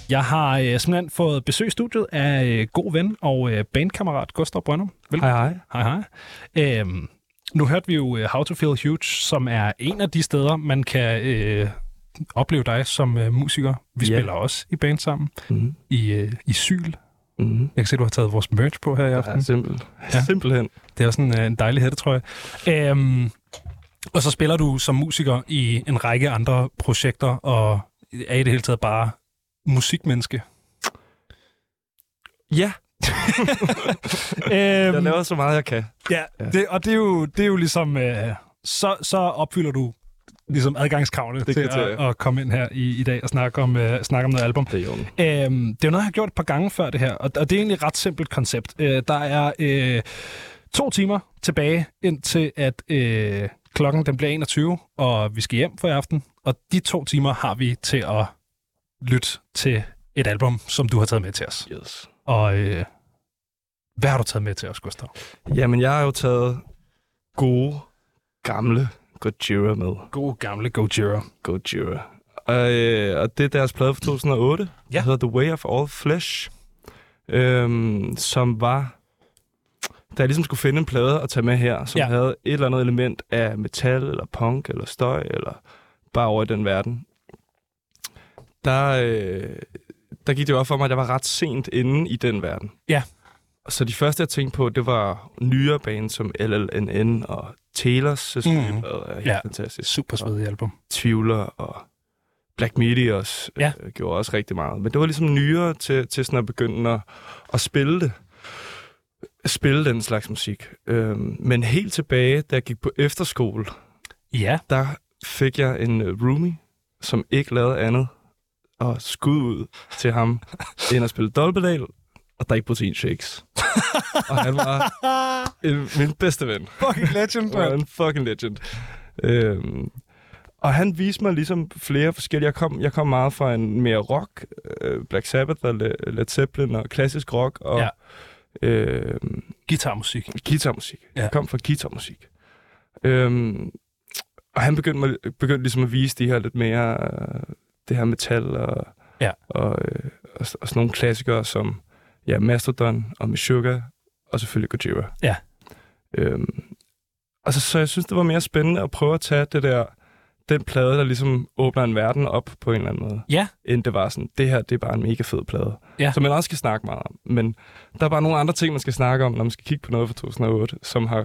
Jeg har simpelthen fået besøg i studiet af god ven og bandkammerat Gustav Brøndum. Velkommen. Hej. Nu hørte vi jo How to Feel Huge, som er en af de steder, man kan opleve dig som musiker. Vi spiller også i band sammen i Syl. Jeg kan se, du har taget vores merch på her i aften. Ja, simpelthen. Det er også en dejlig hætte, tror jeg. Og så spiller du som musiker i en række andre projekter, og er i det hele taget bare musikmenneske. Ja. Jeg laver så meget, jeg kan. Ja. Det er jo ligesom... Så opfylder du ligesom adgangskravene til at komme ind her i dag og snakke om noget album. Det er jo det er jo noget, jeg har gjort et par gange før det her, og det er egentlig et ret simpelt koncept. Der er 2 timer tilbage, indtil at klokken den bliver 21, og vi skal hjem for i aften. Og de 2 timer har vi til at lytte til et album, som du har taget med til os. Yes. Og hvad har du taget med til os, Gustav? Jamen, jeg har jo taget gode, gamle Gojira med. God gamle Gojira. Og det er deres plade fra 2008. Ja. Det hedder The Way of All Flesh. Som var... Da jeg ligesom skulle finde en plade at tage med her, som havde et eller andet element af metal, eller punk, eller støj, eller bare over i den verden. Der gik det op for mig, at jeg var ret sent inde i den verden. Ja. Så de første, jeg tænkte på, det var nyere bands som LLNN og Taylors. Ja, fantastisk. Super svedigt album. Tvivler og Black Meteors gjorde også rigtig meget. Men det var ligesom nyere til sådan at begynde at spille det. Spille den slags musik. Men helt tilbage, da jeg gik på efterskole, der fik jeg en roomie, som ikke lavede andet og skud ud til ham, end at spille dobbeltpedal og drikke proteinshakes. Og han var min bedste ven. Fucking legend, bro. En fucking legend. Og han viste mig ligesom flere forskellige. Jeg kom meget fra en mere rock, Black Sabbath og Led Zeppelin og klassisk rock og guitarmusik. Ja. Jeg kom fra guitarmusik. Og han begyndte ligesom at vise de her lidt mere det her metal og sådan nogle klassikere som Mastodon og Meshuggah og selvfølgelig Gojira. Ja. Og så jeg synes, det var mere spændende at prøve at tage den plade, der ligesom åbner en verden op på en eller anden måde. Ja. End det var sådan, det her, det er bare en mega fed plade. Ja. Som man også skal snakke meget om. Men der er bare nogle andre ting, man skal snakke om, når man skal kigge på noget fra 2008, som har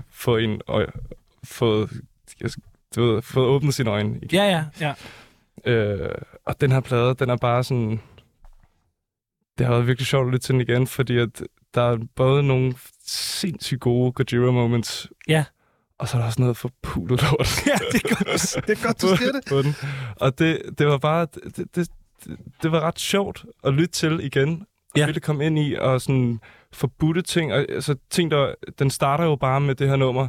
fået åbnet sine øjne. Ja. Og den her plade, den er bare sådan... Det har været virkelig sjovt at lytte til den igen, fordi at der er både nogle sindssygt gode Gojira moments, og så er der også noget forpulet lort. Ja, det er godt, du siger det. På den. Og det var bare... Det var ret sjovt at lytte til igen, og virkelig komme ind i, og sådan forbudte ting. Og, altså, den starter jo bare med det her nummer,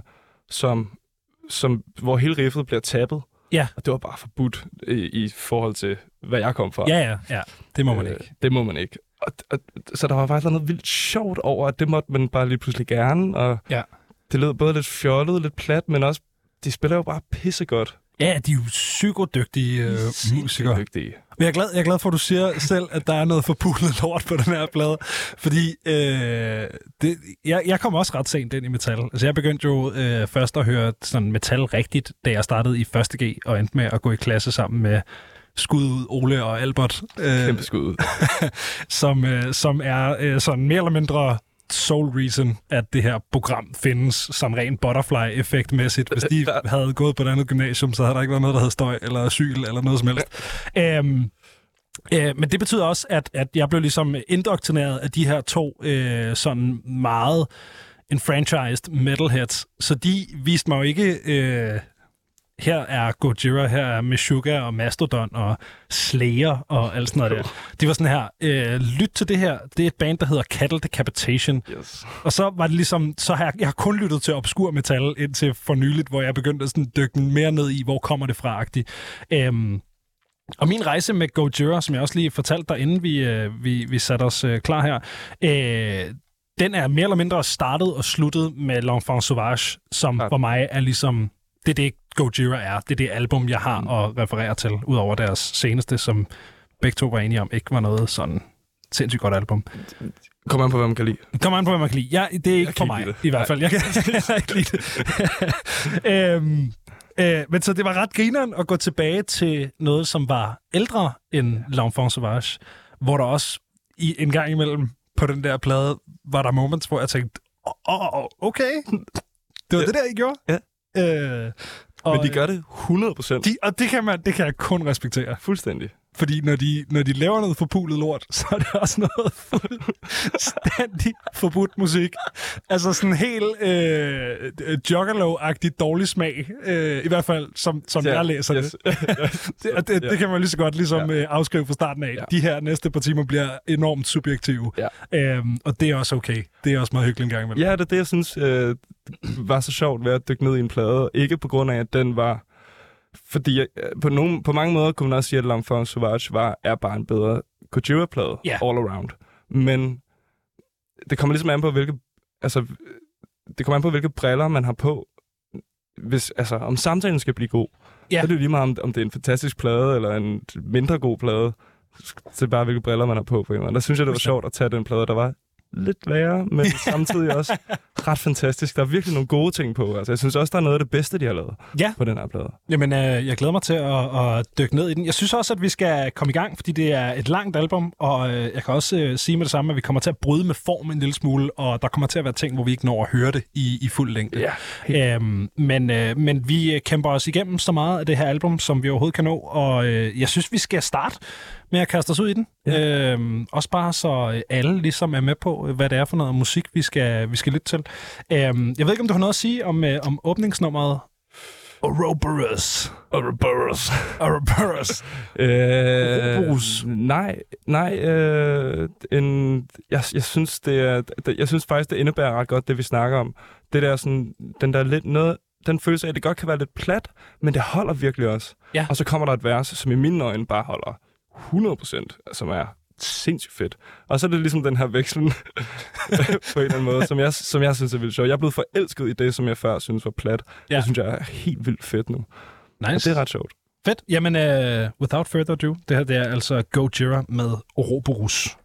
hvor hele riffet bliver tappet. Ja. Og det var bare forbudt i forhold til, hvad jeg kom fra. Ja. Det må man ikke. Det må man ikke. Så der var faktisk noget vildt sjovt over, at det måtte man bare lige pludselig gerne. Og det lød både lidt fjollet, lidt plat, men også, de spiller jo bare pissegodt. Ja, de er jo psykodygtige musikere. Dygtige. Men jeg er glad for, at du siger selv, at der er noget forpulet lort på den her plade. Fordi jeg kom også ret sent ind i metal. Altså jeg begyndte jo først at høre sådan metal rigtigt, da jeg startede i 1. G og endte med at gå i klasse sammen med skud ud Ole og Albert. Kæmpe skud ud. som er sådan mere eller mindre sole reason, at det her program findes som ren butterfly-effekt-mæssigt. Hvis de havde gået på et andet gymnasium, så havde der ikke været noget, der hed støj eller asyl eller noget som helst. Men det betyder også, at jeg blev ligesom indoktrineret af de her 2 sådan meget enfranchised metalheads. Så de viste mig jo ikke... her er Gojira, her er Meshuggah og Mastodon og Slayer og alt sådan noget der. De var sådan her, lyt til det her, det er et band, der hedder Cattle Decapitation. Yes. Og så var det ligesom, jeg har kun lyttet til obskur metal indtil for nyligt, hvor jeg begyndte at sådan dykke mere ned i, hvor kommer det fra-agtigt. Og min rejse med Gojira, som jeg også lige fortalte dig, inden vi satte os klar her, den er mere eller mindre startet og sluttet med L'Enfant Sauvage, som for mig er ligesom... Det er det, Gojira er. Det er det album, jeg har at referere til, udover deres seneste, som begge to var enige om, ikke var noget sådan sindssygt godt album. Kommer an på, hvad man kan lide. Kommer an på, hvad man kan lide. Ja, det er ikke for mig, i hvert fald. Jeg kan ikke lide det. Men så det var ret grineren at gå tilbage til noget, som var ældre end L'Enfant Sauvage, hvor der også en gang imellem på den der plade, var der moments, hvor jeg tænkte, okay, det var det der, I gjorde? Ja. Men de gør det 100%. Og det kan jeg kun respektere. Fuldstændig. Fordi når de laver noget forpulet lort, så er det også noget fuldstændig forbudt musik. Altså sådan helt Juggalo-agtig dårlig smag. I hvert fald, som jeg læser det. Det kan man lige så godt ligesom afskrive fra starten af. Ja. De her næste par timer bliver enormt subjektive. Ja. Og det er også okay. Det er også meget hyggeligt en gang imellem. Ja, det er det, jeg synes var så sjovt ved at dykke ned i en plade. Ikke på grund af, at den var... Fordi på mange måder kunne man også sige, at L'Enfant Sauvage er bare en bedre Gojira-plade all around. Men det kommer ligesom an på, hvilke briller man har på. Om samtalen skal blive god, så er det jo lige meget, om det er en fantastisk plade eller en mindre god plade. Det er bare, hvilke briller man har på en måde. Der synes jeg, det var sjovt at tage den plade, der var lidt værre, men samtidig også ret fantastisk. Der er virkelig nogle gode ting på. Altså, jeg synes også, der er noget af det bedste, de har lavet på den her plade. Jamen, jeg glæder mig til at dykke ned i den. Jeg synes også, at vi skal komme i gang, fordi det er et langt album, og jeg kan også sige med det samme, at vi kommer til at bryde med form en lille smule, og der kommer til at være ting, hvor vi ikke når at høre det i fuld længde. Ja. Men vi kæmper os igennem så meget af det her album, som vi overhovedet kan nå, og jeg synes, vi skal starte med at kaste os ud i den. Ja. Også bare så alle ligesom er med på, hvad det er for noget musik, vi skal lytte til. Jeg ved ikke, om du har noget at sige om åbningsnummeret Ouroboros. Ouroboros. Nej. Jeg synes jeg synes faktisk, det indebærer ret godt, det vi snakker om. Det der sådan, den der lidt noget, den følelse af, at det godt kan være lidt plat, men det holder virkelig også. Ja. Og så kommer der et vers, som i mine øjne bare holder 100%, som er sindssygt fedt. Og så er det ligesom den her vekslen på en eller anden måde, som jeg synes er vildt sjovt. Jeg er blevet forelsket i det, som jeg før synes var plat. Det synes jeg er helt vildt fedt nu. Nice. Og det er ret sjovt. Fedt. Jamen, without further ado, det her det er altså Gojira med Ouroboros.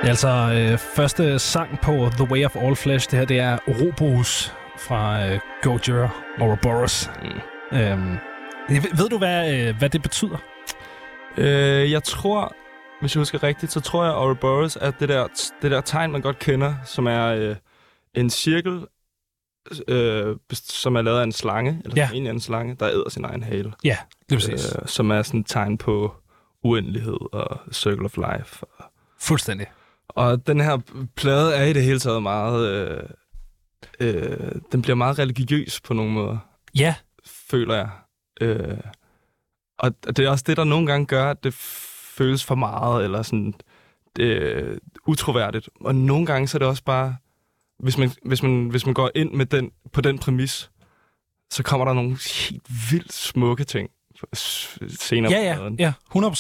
Altså, første sang på The Way of All Flesh, det her, det er Ouroboros fra Gojira Ouroboros. Ved du, hvad det betyder? Jeg tror, hvis jeg husker rigtigt, så tror jeg, Ouroboros er det der tegn, man godt kender, som er en cirkel, som er lavet af en slange, eller en en slange, der æder sin egen hale. Ja, det er præcis. Som er sådan et tegn på uendelighed og circle of life. Fuldstændig. Og den her plade er i det hele taget meget... den bliver meget religiøs på nogle måder. Ja. Føler jeg. Og det er også det, der nogle gange gør, at det føles for meget, eller sådan utroværdigt. Og nogle gange så er det også bare... Hvis man går ind med på den præmis, så kommer der nogle helt vildt smukke ting senere på pladen. Ja,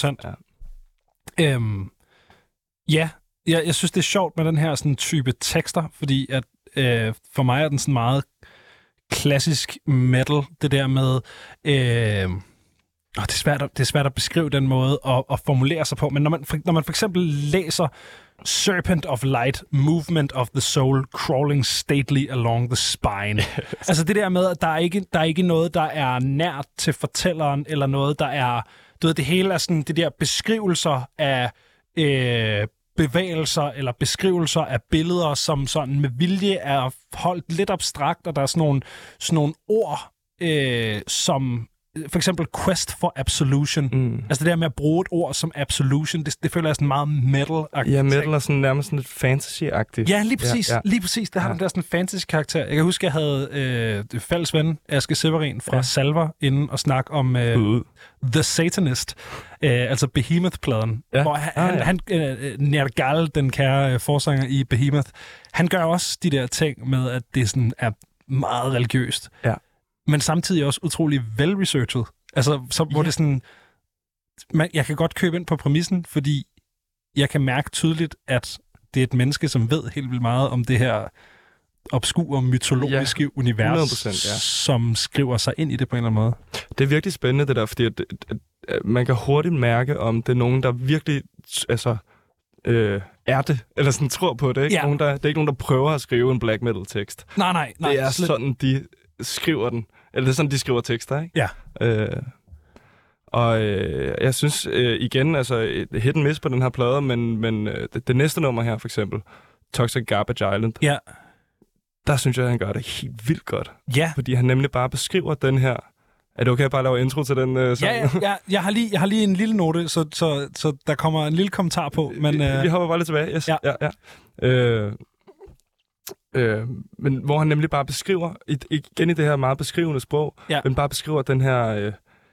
100%. Ja. Jeg synes, det er sjovt med den her sådan, type tekster, fordi at, for mig er den sådan meget klassisk metal, det der med... det er svært at beskrive den måde og formulere sig på, men når man for eksempel læser Serpent of Light, Movement of the Soul, Crawling Stately Along the Spine. Altså det der med, at der er ikke noget, der er nært til fortælleren, eller noget, der er... Du ved, det hele er sådan det der beskrivelser af bevægelser, eller beskrivelser af billeder, som sådan med vilje er holdt lidt abstrakt, og der er sådan nogle ord, som... For eksempel Quest for Absolution. Altså det der med at bruge et ord som Absolution, det føler jeg sådan meget metal-agtigt. Ja, metal er sådan nærmest sådan lidt fantasy-agtigt. Ja, lige præcis. Ja. Lige præcis. Det har den der sådan fantasy-karakter. Jeg kan huske, jeg havde fælles ven, Aske Severin fra Salver, inden og snakke om The Satanist, altså Behemoth-pladen, hvor han Nergal, den kære forsanger i Behemoth, han gør også de der ting med, at det sådan er meget religiøst. Ja. Men samtidig også utrolig vel-researchet. Altså, hvor det sådan... Jeg kan godt købe ind på præmissen, fordi jeg kan mærke tydeligt, at det er et menneske, som ved helt vildt meget om det her obskure, mytologiske univers, som skriver sig ind i det på en eller anden måde. Det er virkelig spændende, det der, fordi at man kan hurtigt mærke, om det er nogen, der virkelig er det, eller sådan tror på det. Ikke? Det er ikke nogen, der prøver at skrive en black metal-tekst. Nej. Det er sådan, de... skriver den. Eller det er sådan, de skriver tekster, ikke? Ja. Jeg synes igen, altså hit and miss på den her plade, men det næste nummer her, for eksempel, Toxic Garbage Island, der synes jeg, han gør det helt vildt godt. Ja. Fordi han nemlig bare beskriver den her... Er det okay, at bare lave intro til den sang? Ja. Jeg har lige en lille note, så der kommer en lille kommentar på. Men, vi hopper bare lidt tilbage. Yes. Ja. Men hvor han nemlig bare beskriver, igen i det her meget beskrivende sprog, men bare beskriver den her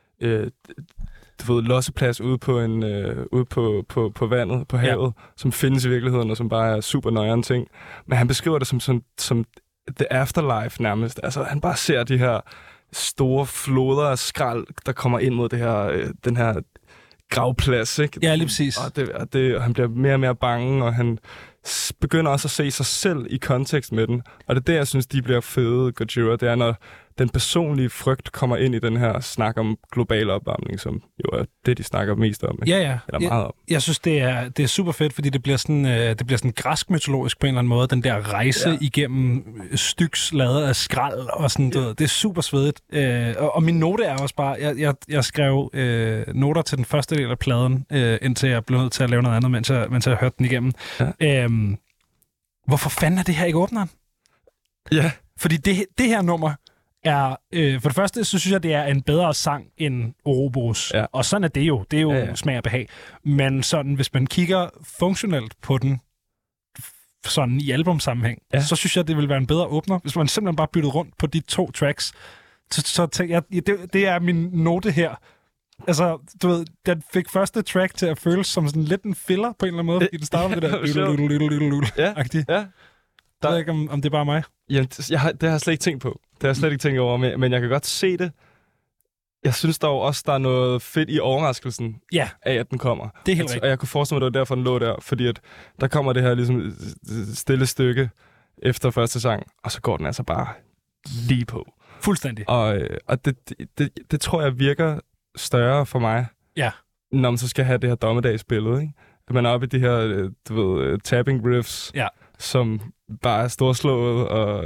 losseplads ude på på vandet, på havet, som findes i virkeligheden, og som bare er super nøjeren ting. Men han beskriver det som the afterlife nærmest. Altså, han bare ser de her store floder af skrald, der kommer ind mod det her, den her gravplads, ikke? Ja, lige præcis. Og han bliver mere og mere bange, og han begynder også at se sig selv i kontekst med den. Og det er det, jeg synes, de bliver fede, Gojira. Det er, når den personlige frygt kommer ind i den her snak om global opvarmning, som jo er det, de snakker mest om. Ikke? Ja. Eller meget om. Jeg synes, det er super fedt, fordi det bliver sådan græsk mytologisk på en eller anden måde. Den der rejse igennem styks lavet af skrald og sådan noget. Det er super svedigt. Og min note er også bare, jeg skrev noter til den første del af pladen, indtil jeg blev nødt til at lave noget andet, mens jeg hørte den igennem. Ja. Hvorfor fanden er det her ikke åbneren? Ja. Fordi det her nummer er, for det første, så synes jeg, det er en bedre sang end Ouroboros. Ja. Og sådan er det jo. Det er jo smag og behag. Men sådan, hvis man kigger funktionelt på den, sådan i albumsammenhæng, så synes jeg, det vil være en bedre åbner. Hvis man simpelthen bare byttede rundt på de 2 tracks, så tænker jeg, det er min note her. Altså, du ved, den fik første track til at føles som sådan lidt en filler på en eller anden måde, fordi den starter med det der agtigt. Ja. Jeg ved ikke, om det er bare mig. Jamen, det har jeg slet ikke tænkt på. Det har jeg slet ikke tænkt over, men jeg kan godt se det. Jeg synes dog også, der er noget fedt i overraskelsen af, at den kommer. Det er helt rigtigt. Og jeg kunne forestille mig, at det var derfor, den lå der. Fordi at der kommer det her ligesom stille stykke efter første sang, og så går den altså bare lige på. Fuldstændig. Og det tror jeg virker større for mig, når man så skal have det her dommedagsbillede, ikke? man er oppe i de her, tapping riffs, som bare er storslået og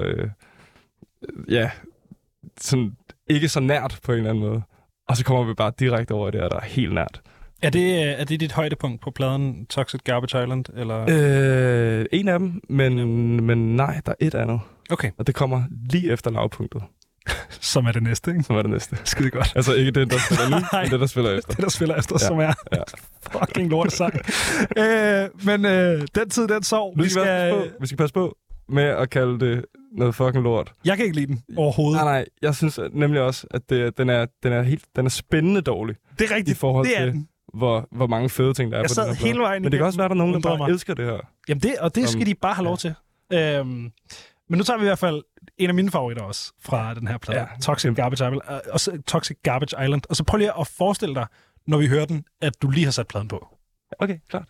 sådan ikke så nært på en eller anden måde. Og så kommer vi bare direkte over i det, der er helt nært. Er det dit højdepunkt på pladen Toxic Garbage Island? Eller? En af dem, men nej, der er et andet. Okay. Og det kommer lige efter lavpunktet. Som er det næste, ikke? Som er det næste. Skide godt. Altså ikke den, der spiller nu, men den, der spiller efter. Det, der spiller efter, som er fucking lortesang. Men den tid, den sov. Vi skal passe på med at kalde det noget fucking lort. Jeg kan ikke lide den overhovedet. Nej, jeg synes nemlig også, at den er spændende dårlig. Det er rigtigt. I forhold til, hvor mange fede ting der er på den her hele vejen. Men det kan også være, at der er nogen, der bare elsker det her. Jamen det skal de bare have lov til. Men nu tager vi i hvert fald en af mine favoritter også fra den her plade. Toxic Garbage Island. Og så prøv lige at forestille dig, når vi hører den, at du lige har sat pladen på. Okay, klart.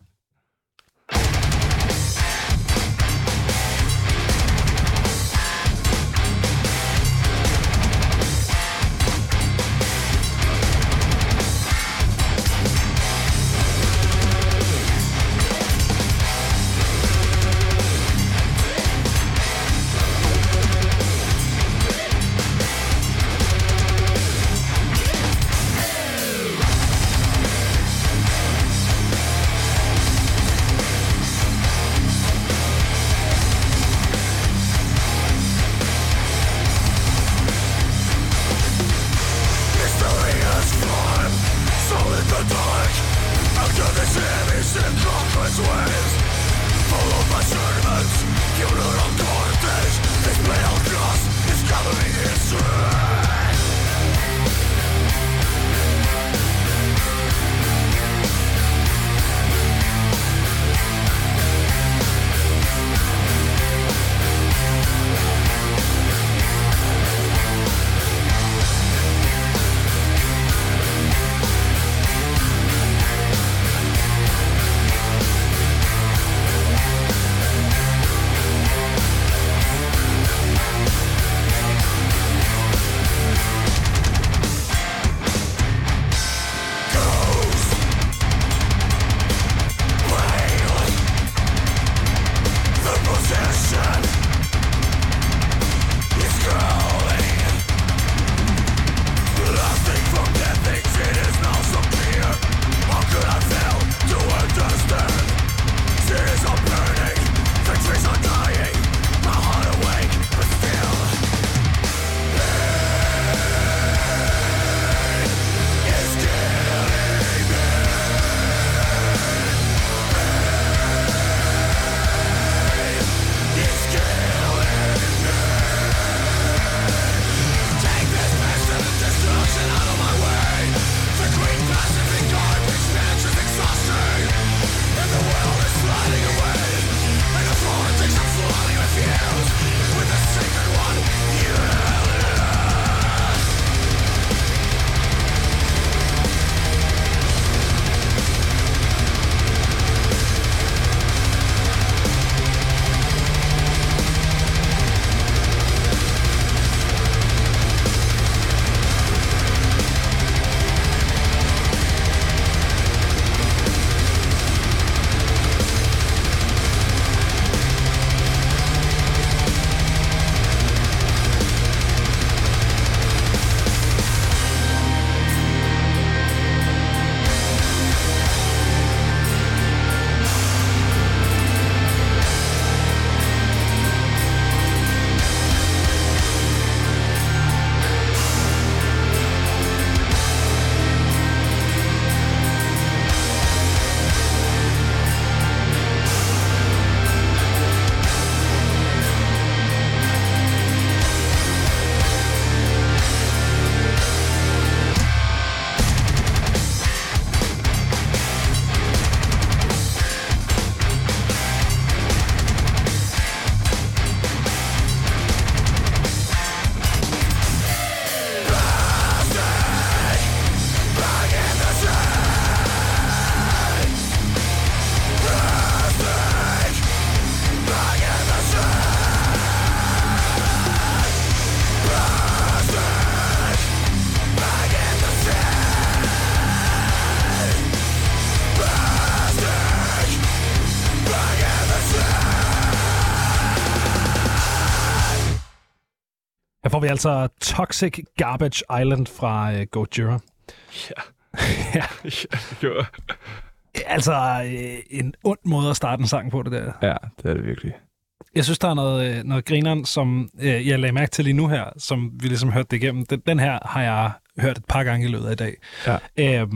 Her får vi altså Toxic Garbage Island fra Gojira. Ja. Ja. Det gjorde. Altså, en ond måde at starte en sang på, det der. Ja, det er det virkelig. Jeg synes, der er noget grineren, som jeg lagde mærke til lige nu her, som vi ligesom hørte det igennem. Den her har jeg hørt et par gange i løbet af i dag. Ja.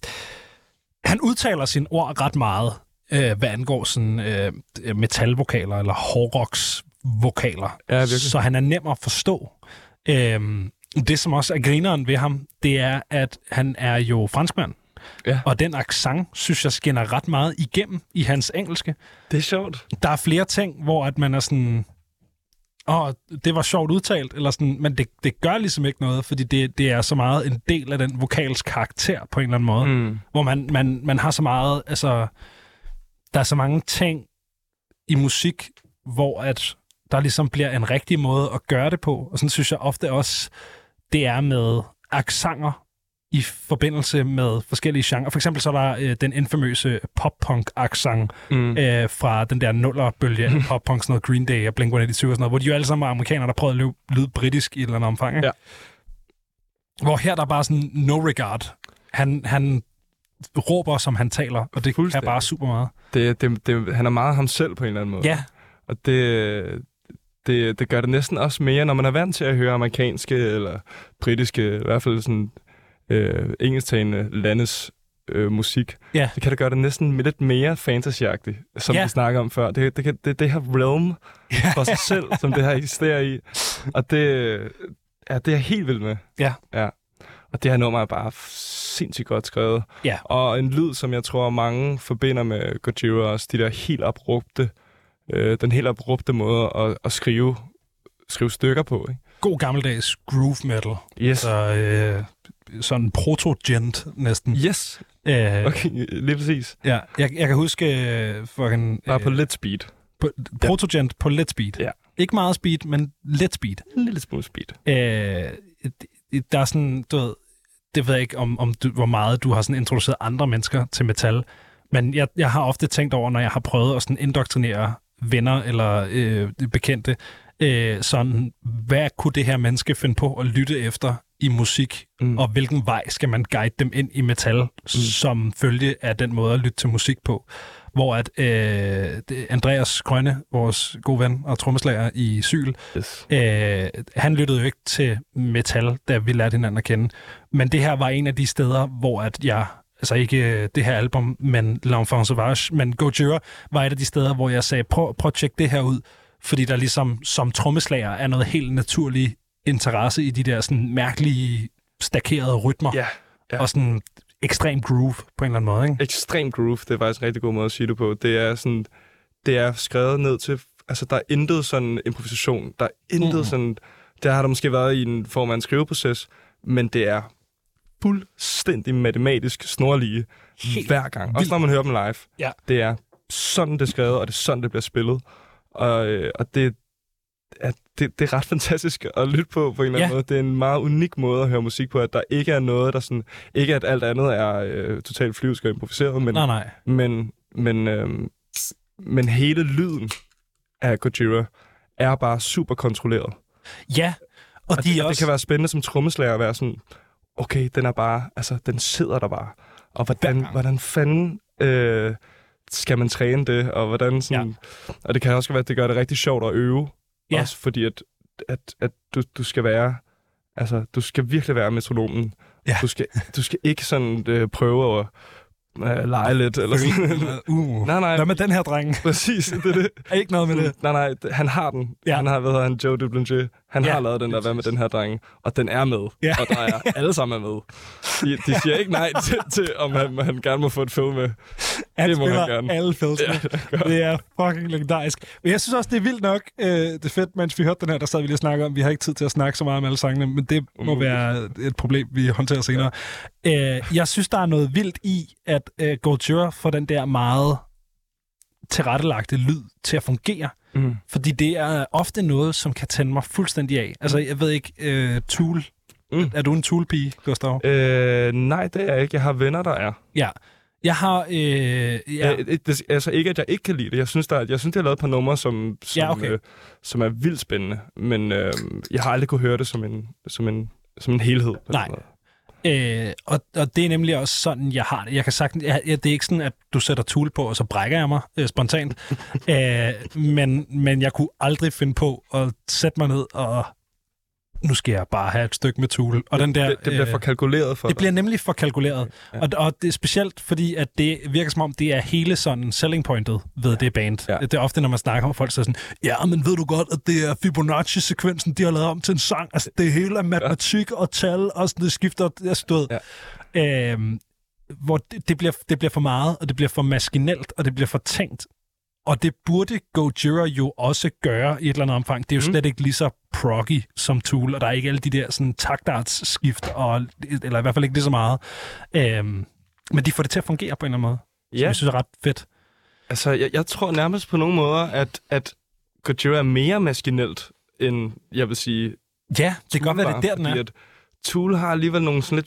Han udtaler sine ord ret meget, hvad angår sådan metalvokaler eller hårdrocksvokaler. Ja, virkelig. Så han er nem at forstå. Det, som også er grineren ved ham, det er, at han er jo franskmand. Ja. Og den accent, synes jeg, skinner ret meget igennem i hans engelske. Det er sjovt. Der er flere ting, hvor at man er sådan... det var sjovt udtalt, eller sådan, men det gør ligesom ikke noget, fordi det er så meget en del af den vokals karakter på en eller anden måde. Hvor man har så meget... Altså, der er så mange ting i musik, hvor at der ligesom bliver en rigtig måde at gøre det på. Og sådan synes jeg ofte også, det er med accenter i forbindelse med forskellige genrer. For eksempel så er der den infamøse pop-punk-accent fra den der nullerbølge af pop-punk, sådan noget Green Day og Blink-182 og sådan noget, hvor de jo alle sammen er amerikanere, der prøvede at lyde britisk i et eller andet omfang. Ikke? Ja. Hvor her der er bare sådan no regard. Han råber, som han taler, og det er bare super meget. Han er meget ham selv på en eller anden måde. Ja. Og det gør det næsten også mere, når man er vant til at høre amerikanske eller britiske, i hvert fald sådan engelsktalende landes musik. Ja. Det kan det gøre det næsten lidt mere fantasyagtigt, som vi snakker om før. Det her realm for sig selv, som det her eksisterer i. Og det er jeg helt vild med. Ja. Og det her nummer er bare sindssygt godt skrevet. Ja. Og en lyd, som jeg tror, mange forbinder med Gojira også. De der helt abrupte, den helt abrupte måde at skrive stykker på. Ikke? God gammeldags groove metal. Yes. Så, sådan proto-gent næsten. Yes. Okay, lige præcis. Ja, jeg kan huske fucking... Bare på lidt speed. Proto-gent på lidt speed. Ja. Ikke meget speed, men lidt speed. En lille smule speed. Der er sådan, du ved... Det ved jeg ikke, hvor meget du har sådan introduceret andre mennesker til metal. Men jeg har ofte tænkt over, når jeg har prøvet at sådan indoktrinere venner eller bekendte, sådan, hvad kunne det her menneske finde på at lytte efter i musik, og hvilken vej skal man guide dem ind i metal, som følge af den måde at lytte til musik på. Hvor at Andreas Grønne, vores gode ven og trommeslager i Syl, han lyttede jo ikke til metal, da vi lærte hinanden at kende. Men det her var en af de steder, hvor at jeg... Altså ikke det her album, men L'Enfant Sauvage, men Gojira var et af de steder, hvor jeg sagde, prøv at tjekke det her ud, fordi der ligesom som trommeslager er noget helt naturlig interesse i de der sådan mærkelige, stakerede rytmer, og sådan ekstrem groove på en eller anden måde, ikke? Ekstrem groove, det er faktisk en rigtig god måde at sige det på. Det er skrevet ned til, altså der er intet sådan improvisation, der er intet sådan, der har der måske været i en form af en skriveproces, men det er fuldstændig matematisk snorlige hver gang. Også når man hører dem live. Ja. Det er sådan, det er skrevet, og det er sådan, det bliver spillet. Og det er ret fantastisk at lytte på en eller anden måde. Det er en meget unik måde at høre musik på, at der ikke er noget, der sådan... Ikke at alt andet er totalt flyvsk og improviseret, men hele lyden af Gojira er bare super kontrolleret. Ja, og det kan være spændende som trommeslager at være sådan... Okay, den er bare... Altså, den sidder der bare. Og hvordan fanden... skal man træne det, og hvordan sådan... Ja. Og det kan også være, at det gør det rigtig sjovt at øve. Ja. Også fordi, at du skal være... Altså, du skal virkelig være metronomen. Ja. Du skal ikke sådan prøve at lege lidt, eller sådan. Nej. Hvad med den her, dreng? Præcis, det er det. Er ikke noget med det? Nej, han har den. Ja. Han har, Joe Duplantier. Han har lavet den der, hvad med den her, dreng? Og den er med. Ja. Og der er alle sammen med. De siger ikke nej til om han gerne må få et fill med. Han spiller alle fills med. Ja, det er fucking legendarisk. Men jeg synes også, det er vildt nok. Det er fedt, mens vi hørte den her, der sad vi lige og snakke om. Vi har ikke tid til at snakke så meget om alle sangene, men det må være et problem, vi håndterer senere. Ja. Jeg synes, der er noget vildt i, at Gojira får den der meget tilrettelagte lyd til at fungere. Fordi det er ofte noget, som kan tænde mig fuldstændig af. Altså, jeg ved ikke, Tool. Er du en Tool-pige, Gustav? Nej, det er jeg ikke. Jeg har venner, der er. Ja. Jeg har... Altså ikke, at jeg ikke kan lide det. Jeg synes, de har lavet et par numre, som er vildt spændende. Men jeg har aldrig kunne høre det som en helhed. Nej. Og det er nemlig også sådan, jeg har det. Jeg kan sagtens, det er ikke sådan, at du sætter Tool på, og så brækker jeg mig spontant. Men jeg kunne aldrig finde på at sætte mig ned og... Nu skal jeg bare have et stykke med Tool. Og den der, det bliver for kalkuleret for dig. Det bliver nemlig for kalkuleret. Ja. Og det er specielt, fordi at det virker som om, det er hele sådan selling pointet ved det band. Ja. Det er ofte, når man snakker om folk, så er sådan, ja, men ved du godt, at det er Fibonacci-sekvensen, de har lavet om til en sang. Altså, det hele er matematik og tal, og sådan, det skifter, jeg stod. Ja. Hvor det bliver for meget, og det bliver for maskinelt, og det bliver for tænkt. Og det burde Gojira jo også gøre i et eller andet omfang. Det er jo slet ikke lige så proggy som Tool, og der er ikke alle de der sådan taktartsskift, eller i hvert fald ikke lige så meget. Men de får det til at fungere på en eller anden måde, som jeg synes er ret fedt. Altså, jeg tror nærmest på nogle måder, at Gojira er mere maskinelt, end jeg vil sige... Ja, det kan godt være, det der, den er. At Tool har alligevel nogle sådan lidt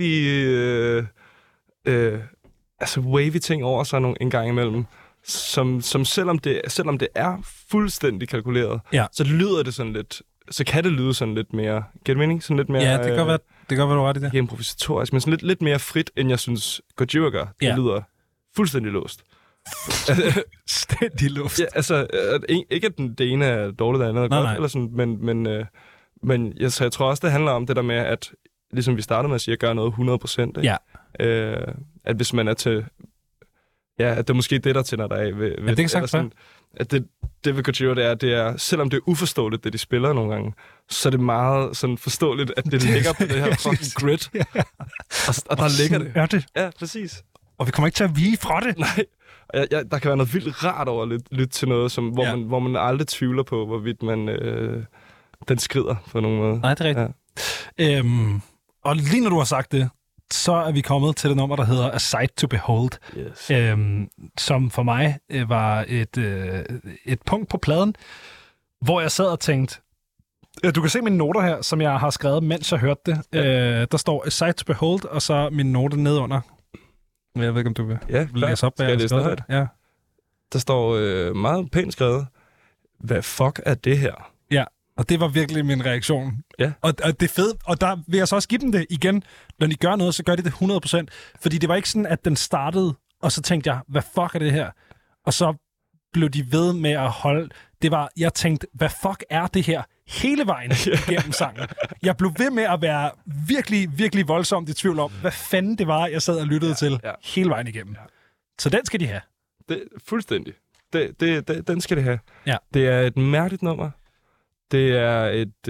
wavy ting over sig en gang imellem. Som selvom det er fuldstændig kalkuleret, så lyder det sådan lidt, så kan det lyde sådan lidt mere, giver det mening? Sådan lidt mere, ja, det kan godt være, du ret i det. Ikke improvisatorisk, men sådan lidt mere frit, end jeg synes Gojira gør. Det lyder fuldstændig låst. Stændig låst. Ja, altså, ikke at det ene er dårligt, det andet er godt, eller sådan, men jeg tror også, det handler om det der med, at ligesom vi startede med at sige, at gøre noget 100%. Ikke? Ja. At hvis man er til... Ja, at det er måske det, der tænder dig af. Det kan sagtens være. At det ved Gojira, det er, selvom det er uforståeligt, det de spiller nogle gange, så er det meget sådan forståeligt, at det ligger på det her fucking grid. Ja. Og der ligger det. Er det. Ja, præcis. Og vi kommer ikke til at vige fra det. Nej. Der kan være noget vildt rart over at lytte til noget, hvor man aldrig tvivler på, hvorvidt man den skrider på nogen måde. Nej, det er rigtigt. Ja. Og lige når du har sagt det, så er vi kommet til det nummer, der hedder A Sight to Behold, som for mig var et punkt på pladen, hvor jeg sad og tænkte, du kan se mine noter her, som jeg har skrevet, mens jeg hørte det. Der står A Sight to Behold, og så min note nedunder. Jeg ved ikke, om du vil læse op, hvad jeg har skrevet. Ja. Der står meget pænt skrevet, hvad fuck er det her? Ja. Og det var virkelig min reaktion. Ja. Og det er fedt. Og der vil jeg så også give dem det igen. Når de gør noget, så gør de det 100%. Fordi det var ikke sådan, at den startede, og så tænkte jeg, hvad fuck er det her? Og så blev de ved med at holde... Jeg tænkte, hvad fuck er det her? Hele vejen igennem sangen. Jeg blev ved med at være virkelig, virkelig voldsomt i tvivl om, hvad fanden det var, jeg sad og lyttede til hele vejen igennem. Ja. Så den skal de have. Fuldstændig. Den skal de have. Ja. Det er et mærkeligt nummer. Det er et...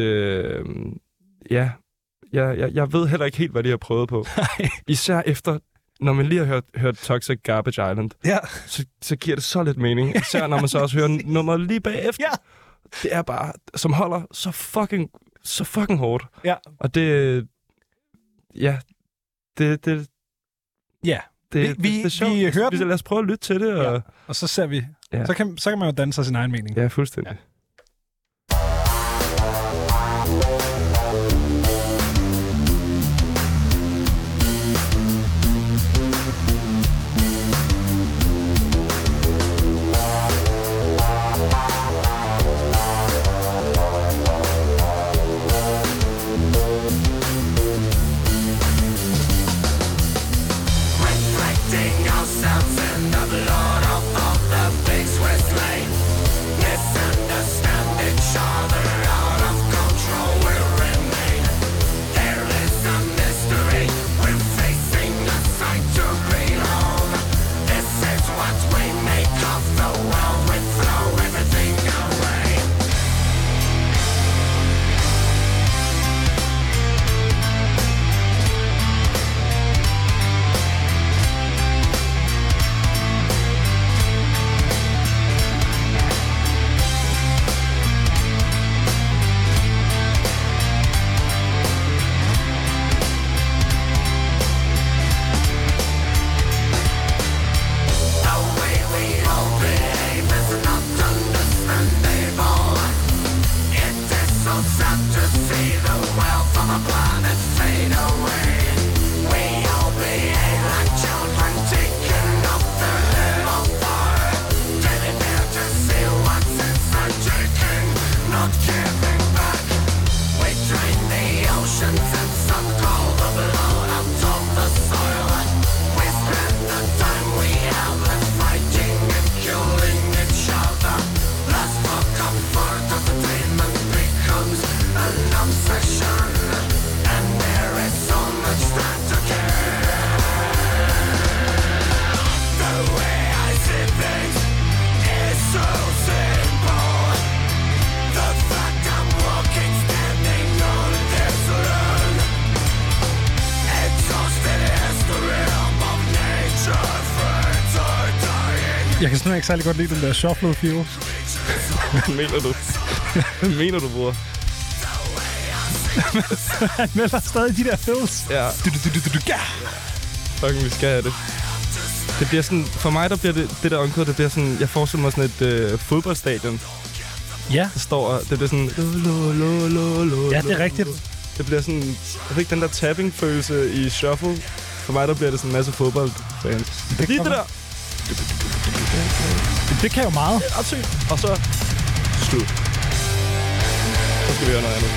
Jeg ved heller ikke helt, hvad de har prøvet på. Især efter, når man lige har hørt Toxic Garbage Island, så giver det så lidt mening. Især når man så også hører nummeret lige bagefter. Ja. Det er bare, som holder så fucking hårdt. Ja. Og det... Ja. Det er sjovt. Vi hører den. Lad os prøve at lytte til det. Og så ser vi. Ja. Så kan man jo danne sig sin egen mening. Ja, fuldstændig. Ja. Ourselves in the blood of all the pigs we're slain. Misunderstood. Jeg kan sådan ikke særlig godt lide den der shuffle feel. Hvad mener du, bror? Han melder stadig de der fills. Ja. Fucking, vi skal have det. Det bliver sådan... For mig, der bliver det der encore, det bliver sådan... Jeg forestiller mig sådan et fodboldstadion. Ja. Der står... Det bliver sådan... Ja, det er rigtigt. Det bliver sådan... Jeg fik den der tapping-følelse i shuffle. For mig, der bliver det sådan en masse fodboldfans. Det er det der. Det kan jo meget. Det er ret sygt. Og så... Slut. Så skal vi gøre noget andet.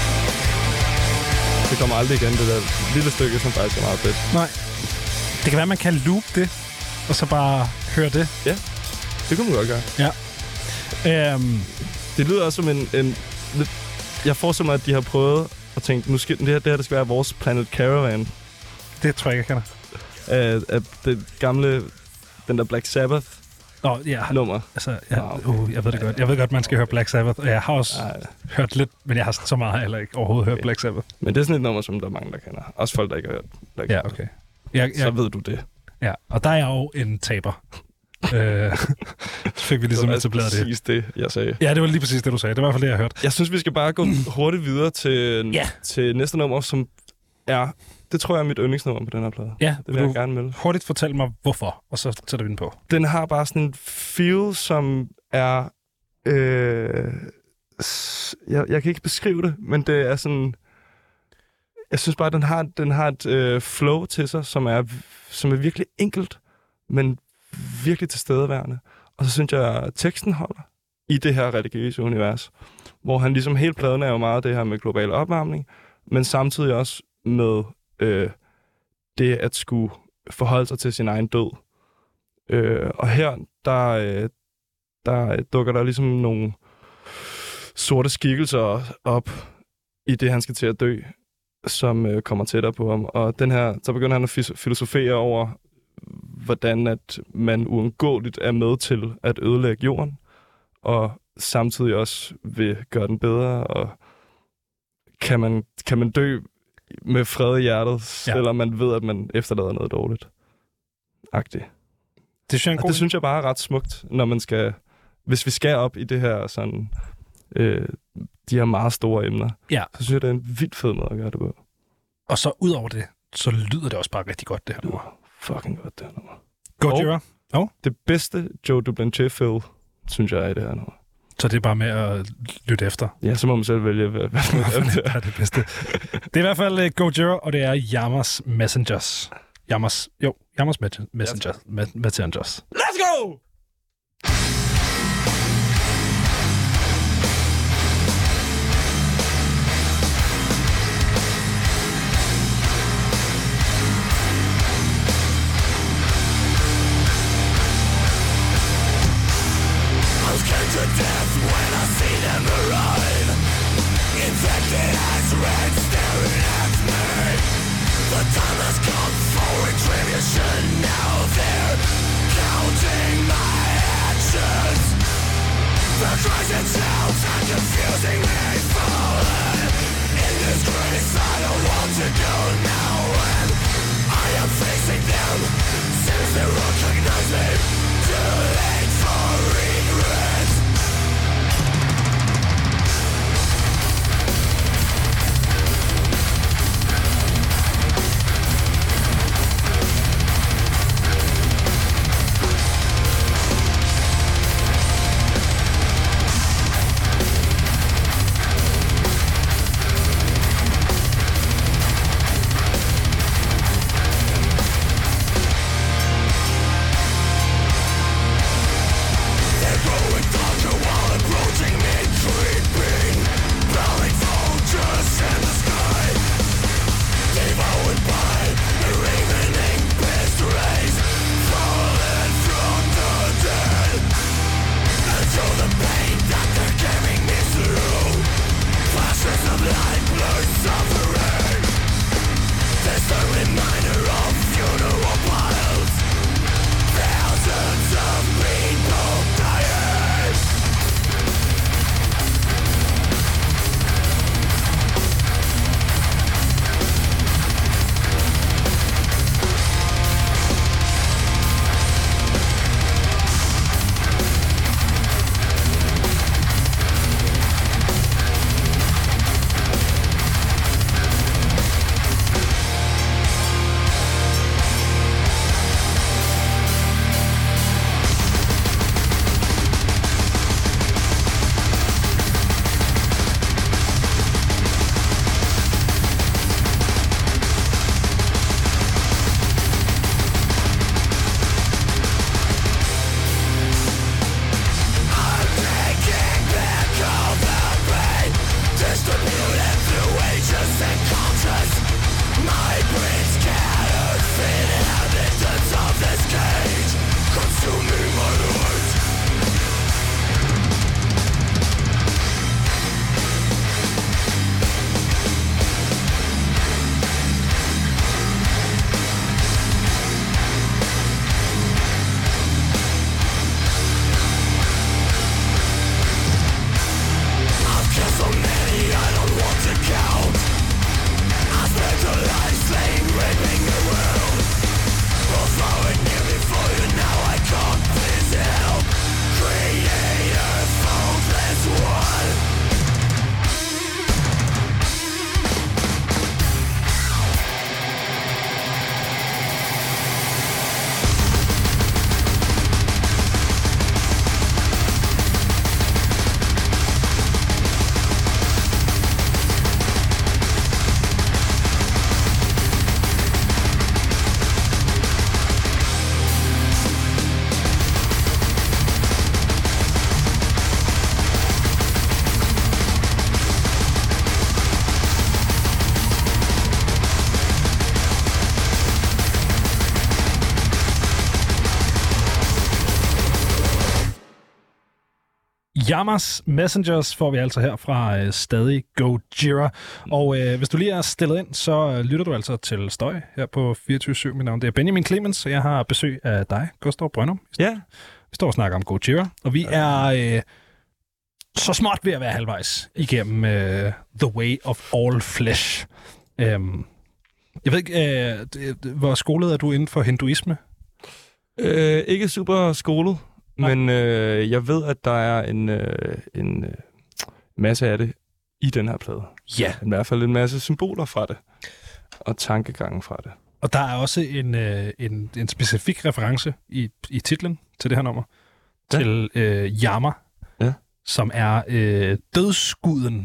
Det kommer aldrig igen, det der lille stykke, som faktisk er meget fedt. Nej. Det kan være, man kan loop det, og så bare høre det. Ja, det kunne man godt gøre. Ja. Det lyder også som en jeg forestiller mig, at de har prøvet at tænke, nu skal det her skal være vores Planet Caravan. Det tror jeg ikke, jeg kender. Af det gamle, den der Black Sabbath nummer. Altså, jeg ved det godt. Jeg ved godt, man skal høre Black Sabbath, og jeg har også hørt lidt, men jeg har så meget heller ikke overhovedet hørt Black Sabbath. Men det er sådan et nummer, som der er mange, der kender. Også folk, der ikke har hørt Black Sabbath. Ja, okay. Så ved du det. Ja, og der er jeg jo en taber. Så fik vi ligesom etableret det. Det var præcis det, jeg sagde. Ja, det var lige præcis det, du sagde. Det var i hvert fald det, jeg hørte. Jeg synes, vi skal bare gå hurtigt videre til næste nummer, som er... Det tror jeg er mit yndlingsnummer på den her plade. Ja, det vil jeg gerne melde. Hurtigt fortæl mig, hvorfor, og så sætter vi den på. Den har bare sådan en feel, som er... jeg kan ikke beskrive det, men det er sådan... Jeg synes bare, den har et flow til sig, som er virkelig enkelt, men virkelig tilstedeværende. Og så synes jeg, at teksten holder i det her religiøse univers, hvor han ligesom hele pladen er jo meget det her med global opvarmning, men samtidig også med det at skulle forholde sig til sin egen død. Og her, der dukker der ligesom nogle sorte skikkelser op i det, han skal til at dø, som kommer tættere på ham. Og så begynder han at filosofere over, hvordan at man uundgåeligt er med til at ødelægge jorden, og samtidig også vil gøre den bedre, og kan man dø med fred i hjertet, selvom man ved, at man efterlader noget dårligt. Agtigt. Det synes jeg bare er ret smukt, når man skal... Hvis vi skal op i det her sådan... de her meget store emner, så synes jeg, det er en vildt fed måde at gøre det på. Og så ud over det, så lyder det også bare rigtig godt, det her nummer. Fucking godt, det her nummer. Gojira. Det bedste Joe Duplantier-feel, synes jeg, er i det her nummer. Så det er bare med at lytte efter? Ja, så må man selv vælge, hvad er det bedste. Det er i hvert fald Gojira, og det er Yamas Messengers. Yamas Messengers. Let's go! To death when I see them arrive, infected as red staring at me. The time has come for retribution. Now they're counting my actions. The cries and shouts are confusing me. Fallen in disgrace, I don't want to go now. When I am facing them, since they recognize me, too late for regret. Yamas Messengers får vi altså her fra stadig Gojira. Og hvis du lige er stillet ind, så lytter du altså til Støj her på 24/7. Mit navn det er Benjamin Clemens, og jeg har besøg af dig, Gustav Brøndum. Ja. Vi står og snakker om Gojira, og vi er så småt ved at være halvvejs igennem The Way of All Flesh. Jeg ved ikke, hvor skolet er du inden for hinduisme? Ikke super skolet, men jeg ved, at der er en masse af det i den her plade. Ja. I hvert fald en masse symboler fra det, og tankegangen fra det. Og der er også en specifik reference i titlen til det her nummer, til Yama, som er dødsguden,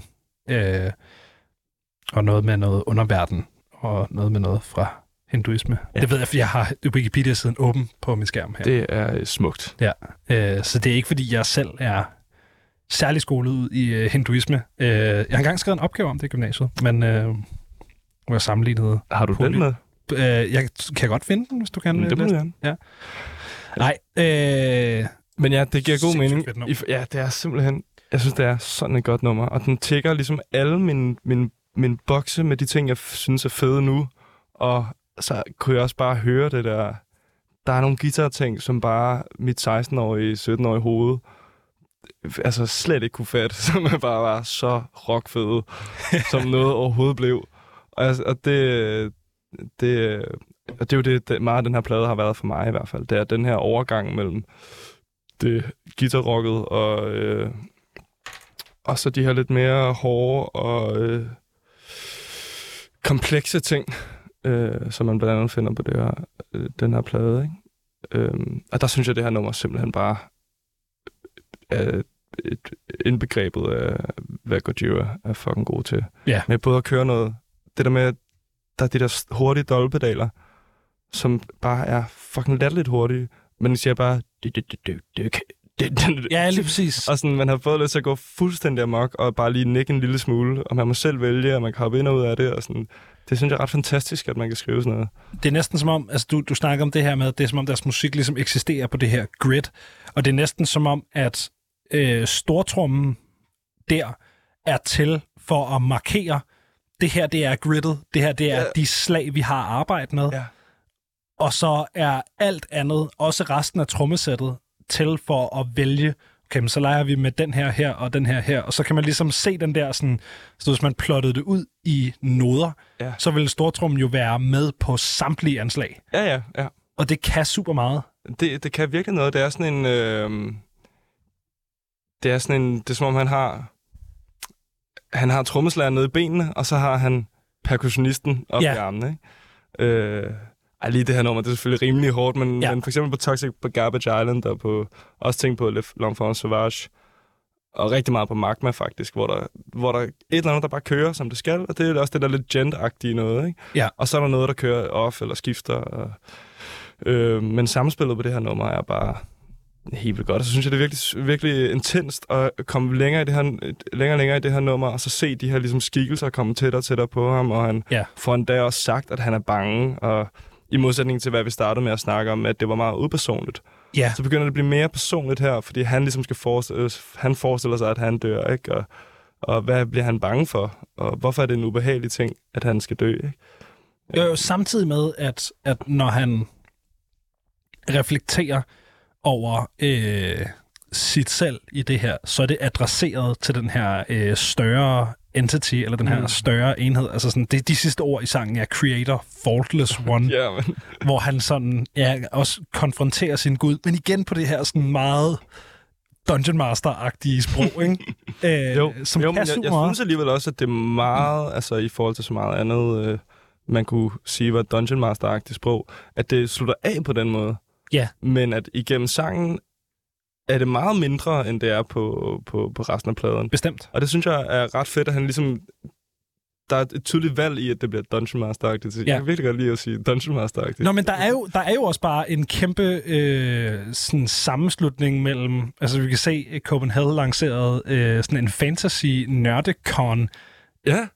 og noget med noget underverden, og noget med noget fra hinduisme. Ja. Det ved jeg, for jeg har Wikipedia-siden åben på min skærm her. Det er smukt. Ja, så det er ikke, fordi jeg selv er særlig skolet ud i hinduisme. Jeg har engang skrevet en opgave om det i gymnasiet, men hvor jeg sammenlignede... Har du den med? Jeg kan godt finde den, hvis du kan. Det må du gerne. Ja. Nej. Men ja, det giver god mening. Ja, det er simpelthen... Jeg synes, det er sådan et godt nummer. Og den tækker ligesom alle min bokse med de ting, jeg synes er fede nu. Og så kunne jeg også bare høre det der... Der er nogle guitar-ting, som bare mit 16-årige, 17-årige hoved altså slet ikke kunne fatte, som bare var så rockfede, som noget overhovedet blev. Og det er jo det, meget af den her plade har været for mig i hvert fald. Det er den her overgang mellem det guitarrocket og så de her lidt mere hårde og komplekse ting, som man blandt andet finder på den her plade. Ikke? Og der synes jeg, det her nummer simpelthen bare er indbegrebet af, hvad Gojira er fucking god til. Yeah. Med både at køre noget, det der med, at der er de der hurtige dolpedaler, som bare er fucking latterligt hurtige, men de siger bare... Ja, lige præcis. Og sådan, man har fået lyst til at gå fuldstændig amok, og bare lige nikke en lille smule, og man må selv vælge, og man kan hoppe ind og ud af det, og sådan. Det synes jeg er ret fantastisk, at man kan skrive sådan noget. Det er næsten som om, altså du snakker om det her med, det er som om deres musik ligesom eksisterer på det her grid, og det er næsten som om, at stortrummen der er til for at markere, det her det er gridet, det her det er de slag, vi har arbejdet med, og så er alt andet, også resten af trommesættet, til for at vælge, okay, men så leger vi med den her og den her, og så kan man ligesom se den der sådan, så hvis man plottede det ud i noder, så ville stortrummen jo være med på samtlige anslag. Ja. Og det kan super meget. Det kan virkelig noget. Det er sådan en... det er som om han har trommeslageren nede i benene, og så har han percussionisten op i armene, ikke? Lige det her nummer, det er selvfølgelig rimelig hårdt, men for eksempel på Toxic på Garbage Island, og på, også tænkt på L'Enfant Sauvage, og rigtig meget på Magma faktisk, hvor der er et eller andet, der bare kører, som det skal, og det er også det der lidt gent-agtige noget, ikke? Ja. Og så er der noget, der kører off eller skifter. Men samspillet på det her nummer er bare helt vildt godt. Og så synes jeg, det er virkelig, virkelig intenst at komme længere i det her nummer, og så se de her ligesom skikkelser komme tættere på ham, og han får endda også sagt, at han er bange, og i modsætning til, hvad vi startede med at snakke om, at det var meget upersonligt. Ja. Så begynder det at blive mere personligt her, fordi han ligesom han forestiller sig, at han dør, ikke? Og hvad bliver han bange for? Og hvorfor er det en ubehagelig ting, at han skal dø, ikke? Jo, samtidig med, at når han reflekterer over sit selv i det her, så er det adresseret til den her større entity, eller den her større enhed. Altså sådan, det de sidste ord i sangen er Creator, Faultless One, hvor han sådan, også konfronterer sin Gud, men igen på det her sådan meget Dungeon Master-agtige sprog, ikke? Jo, jeg synes alligevel også, at det er meget, altså i forhold til så meget andet, man kunne sige var Dungeon Master-agtigt sprog, at det slutter af på den måde. Ja. Men at igennem sangen er det meget mindre, end det er på resten af pladen. Bestemt. Og det synes jeg er ret fedt, at han ligesom... Der er et tydeligt valg i, at det bliver Dungeon Master-agtigt. Jeg kan virkelig godt lide at sige Dungeon Master-agtigt. Nå, men der er jo også bare en kæmpe sådan sammenslutning mellem... Altså, vi kan se, Copenhagen lancerede sådan en fantasy-nørdecon. Ja,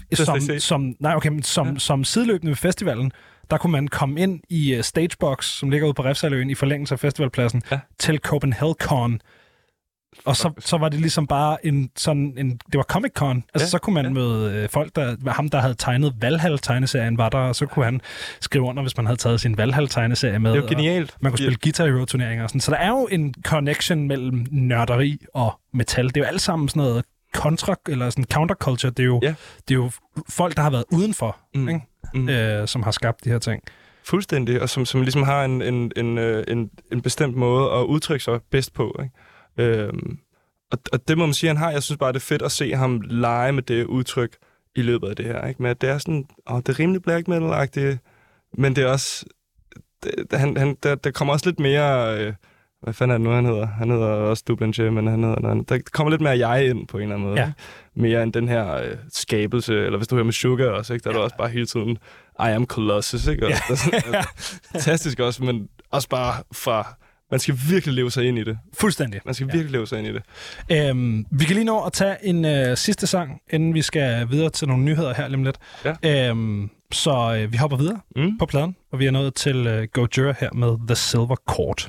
som sideløbende ved festivalen. Der kunne man komme ind i Stagebox, som ligger ude på Refshaleøen i forlængelse af festivalpladsen, til CopenhagenCon Og så var det ligesom bare det var Comic-Con. Altså, så kunne man møde folk, der havde tegnet Valhalla-tegneserien, var der, og så kunne han skrive under, hvis man havde taget sin Valhalla-tegneserie med. Det er jo genialt. Man kunne spille Guitar Hero-turneringer og sådan. Så der er jo en connection mellem nørderi og metal. Det er jo alt sammen sådan noget eller sådan counterculture. Det er jo folk, der har været udenfor, ikke? Som har skabt de her ting. Fuldstændig, og som ligesom har en bestemt måde at udtrykke sig bedst på, ikke? Og det må man sige, han har. Jeg synes bare, det er fedt at se ham lege med det udtryk i løbet af det her, ikke? Men det er sådan, det er rimelig black metal-agtigt, men det er også, der kommer også lidt mere, hvad fanden er det nu, han hedder? Han hedder også Dublinger, men han hedder noget. Der kommer lidt mere jeg ind på en eller anden måde. Ja. Mere end den her skabelse, eller hvis du hører med Sugar også, ikke? Der er der også bare hele tiden, I am Colossus, ikke? Ja. Fantastisk også, men også bare fra... Man skal virkelig leve sig ind i det. Fuldstændig. Man skal virkelig leve sig ind i det. Vi kan lige nå at tage en sidste sang, inden vi skal videre til nogle nyheder her lige lidt. Ja. Så vi hopper videre på pladen, og vi er nået til Gojira her med The Silver Cord.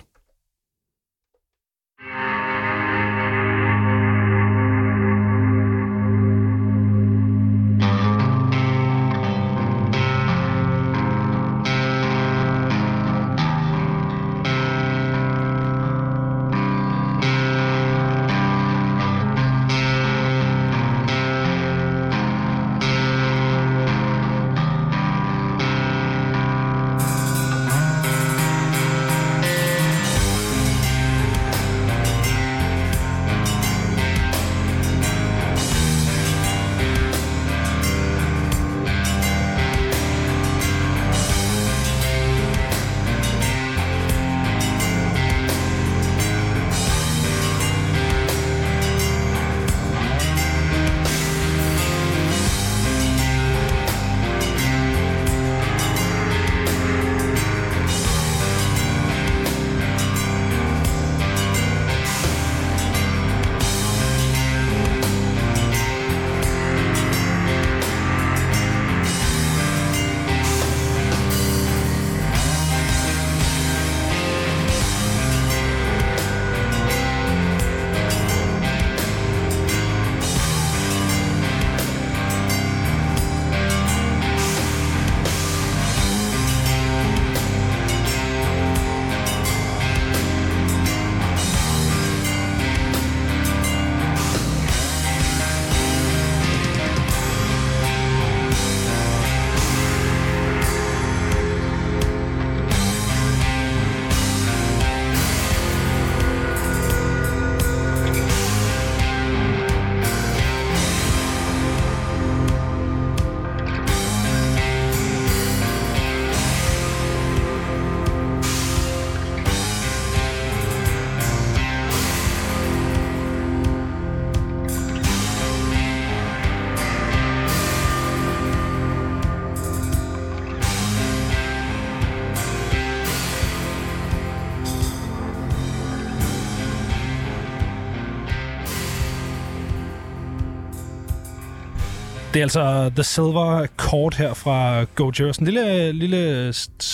Det er altså The Silver Cord her fra Gojira. Sådan en lille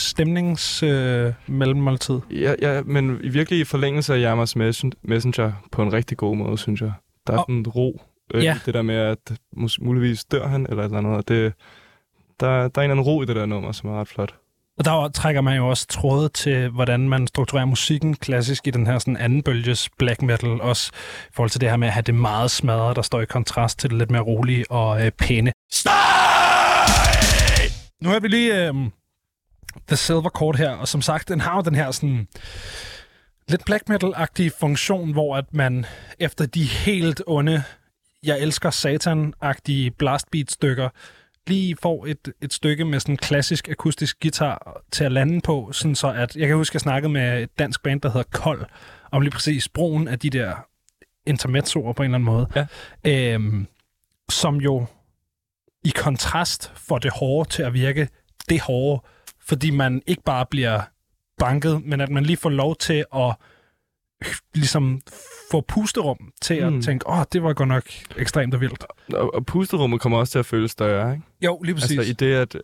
stemningsmellemmåltid. Ja, men virkelig i forlængelse af Yamas Messenger på en rigtig god måde, synes jeg. Der er en ro. Det der med, at muligvis dør han, eller et eller andet. Der er en eller anden ro i det der nummer, som er ret flot. Og der trækker man jo også tråde til, hvordan man strukturerer musikken klassisk i den her sådan anden bølges black metal, også i forhold til det her med at have det meget smadret, der står i kontrast til det lidt mere rolige og pæne. Nu har vi lige The Silver Cord her, og som sagt, den har jo den her sådan lidt black metal-agtige funktion, hvor at man efter de helt onde, jeg elsker satan-agtige blastbeat-stykker, lige får et stykke med sådan en klassisk akustisk guitar til at lande på, sådan så at, jeg kan huske, at jeg snakkede med et dansk band, der hedder Kold, om lige præcis brugen af de der intermezzoer på en eller anden måde, som jo i kontrast får det hårde til at virke det hårde, fordi man ikke bare bliver banket, men at man lige får lov til at ligesom få pusterum til at tænke, det var godt nok ekstremt og vildt. Og pusterummet kommer også til at føles større, ikke? Jo, lige præcis. Altså i det,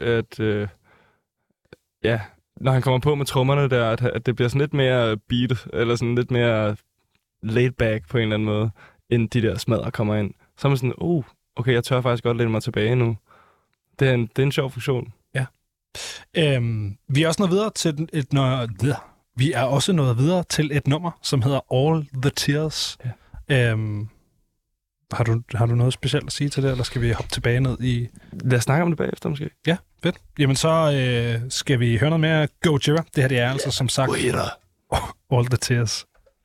når han kommer på med trommerne der, at det bliver sådan lidt mere beat, eller sådan lidt mere laid back på en eller anden måde, inden de der smadre kommer ind. Så er man sådan, okay, jeg tør faktisk godt læne mig tilbage nu. Det er en sjov funktion. Ja. Vi er også nået videre til et nummer, som hedder All the Tears. Ja. Har du noget specielt at sige til det, eller skal vi hoppe tilbage ned i... Lad os snakke om det bagefter, måske. Ja, fedt. Jamen så skal vi høre noget mere Gojira. Det her det er altså som sagt All the Tears.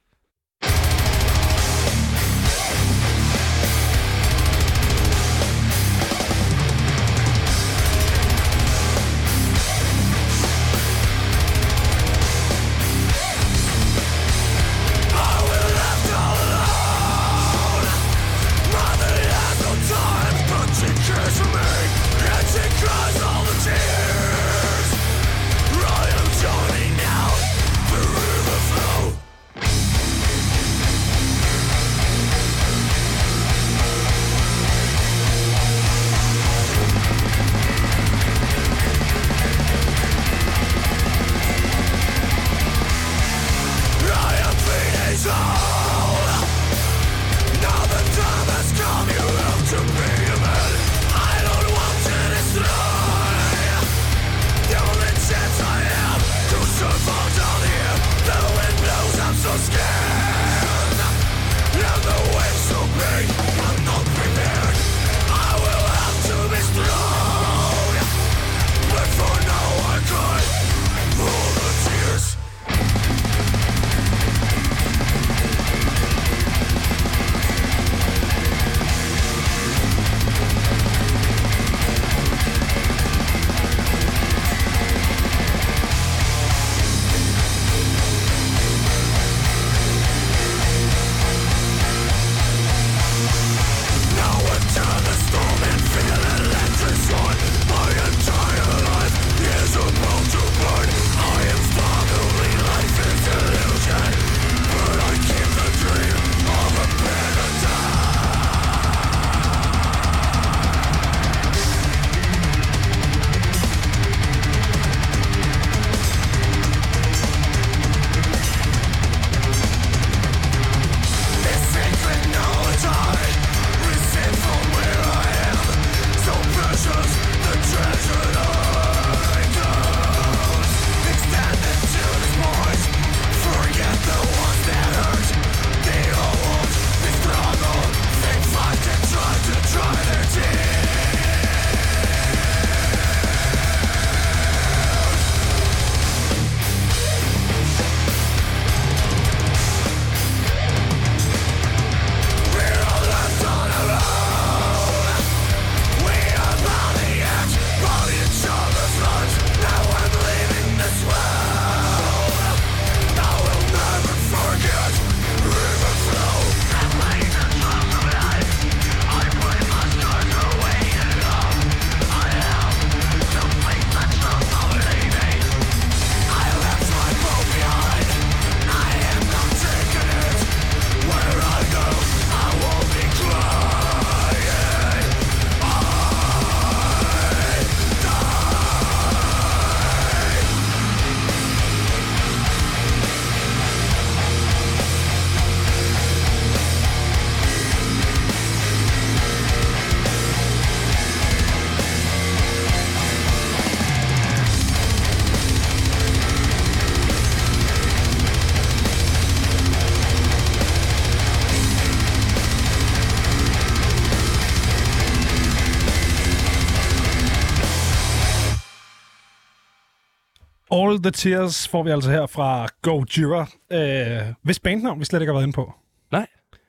All the Tears får vi altså her fra Gojira. Hvis bandnavn vi slet ikke har været inde på. Nej.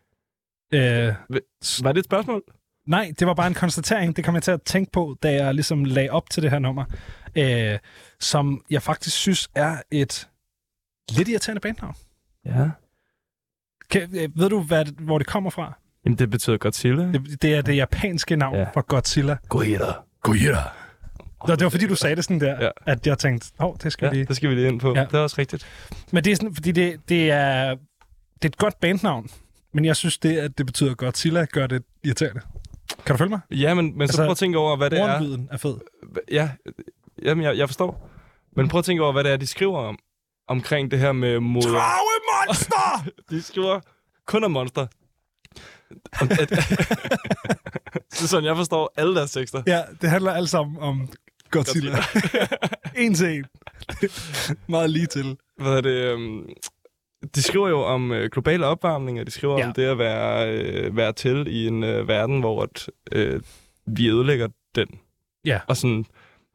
Var det et spørgsmål? Nej, det var bare en konstatering. Det kom jeg til at tænke på, da jeg ligesom lagde op til det her nummer. Som jeg faktisk synes er et lidt irriterende bandnavn. Ja. Ved du, hvor det kommer fra? Jamen, det betyder Godzilla. Det er det japanske navn for Godzilla. Gojira. Det var fordi, du sagde det sådan der, at jeg tænkte, det skal vi lige... det skal vi lige ind på. Ja. Det er også rigtigt. Men det er sådan, fordi det er et godt bandnavn, men jeg synes, at det betyder Godzilla, gør det irriterende. Kan du følge mig? Ja, men altså, så prøv at tænke over, hvad det er. Ordenlyden er fed. Ja, jamen, jeg forstår. Men prøv at tænke over, hvad det er, de skriver omkring det her med mod... Dragemonster! De skriver kun om monster. Det er sådan, jeg forstår alle deres tekster. Ja, det handler alt sammen om Godzilla. En til en. Meget lige til. Hvad er det? De skriver jo om global opvarmning, og de skriver om det at være til i en verden, hvor vi ødelægger den. Ja. Og sådan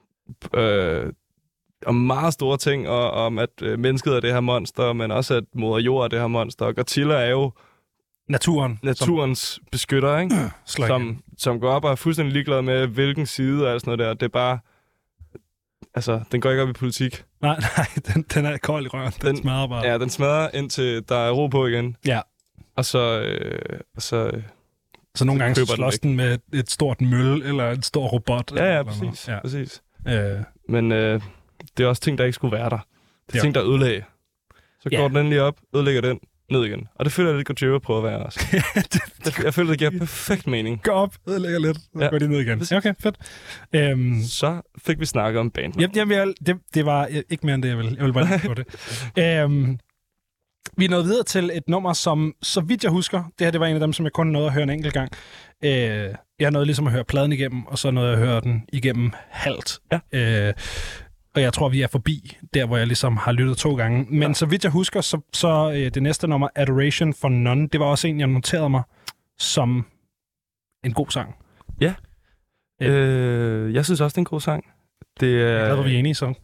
om meget store ting, og om at mennesket er det her monster, men også at moder jord er det her monster. Og Godzilla er jo naturens beskytter, ikke? Som går op og er fuldstændig ligeglad med, hvilken side og alt sådan noget der. Det er bare... Altså, den går ikke op i politik. Nej, den er kold i røven. Den smadrer bare. Ja, den smadrer, indtil der er ro på igen. Ja. Og så nogle gange slås den med et stort mølle, eller en stor robot. Ja, præcis. Men det er også ting, der ikke skulle være der. Det er ting, der ødelægger. Så går den lige op, ødelægger den, ned igen. Og det føler jeg lidt godt, Godzilla prøver at være også. Jeg føler, det giver perfekt mening. Gå op, ødelægger lidt, så går de ned igen. Okay, fedt. Så fik vi snakket om banen. Jamen, det var ikke mere end det, jeg ville. Jeg ville bare lige på det. Vi er nået videre til et nummer, som, så vidt jeg husker, det her det var en af dem, som jeg kun nåede at høre en enkelt gang. Jeg nåede ligesom at høre pladen igennem, og så nåede jeg at høre den igennem halvt. Ja. Og jeg tror, vi er forbi der, hvor jeg ligesom har lyttet 2 gange. Men så vidt jeg husker, så det næste nummer, Adoration for None, det var også en, jeg noterede mig som en god sang. Ja. Jeg synes også, det er en god sang. Det er... Jeg er glad, hvor vi er enige, så.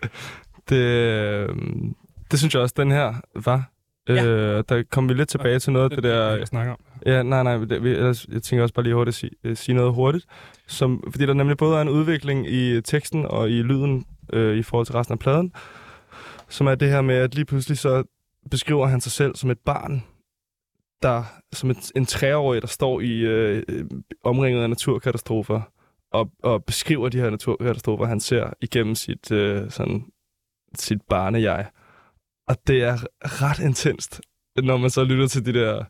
Det synes jeg også, den her var. Der kom vi lidt tilbage til noget af det der... jeg snakker om. Ja, nej. Jeg tænker også bare lige hurtigt at sige noget hurtigt. Fordi der nemlig både er en udvikling i teksten og i lyden i forhold til resten af pladen, som er det her med, at lige pludselig så beskriver han sig selv som et barn, som en 3-årig, der står i omringet af naturkatastrofer, og beskriver de her naturkatastrofer, han ser igennem sit barne-jeg. Og det er ret intenst, når man så lytter til de der...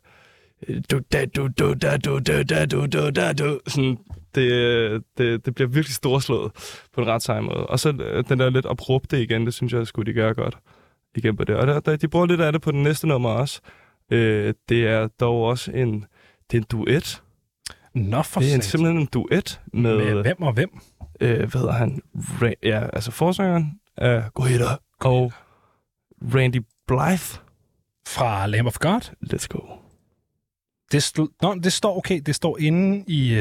Sådan, det bliver virkelig storslået på en ret sej måde. Og så den der lidt abrupte igen, det synes jeg skulle de gøre godt igen på det. Og de bruger lidt af det på den næste nummer også. Det er dog også en duet. Nå, for det er simpelthen en duet med hvem og hvem? Hvad hedder han? Forsangeren af Gohita og Randy Blythe fra Lamb of God. Let's go. Det står okay. Det står inde i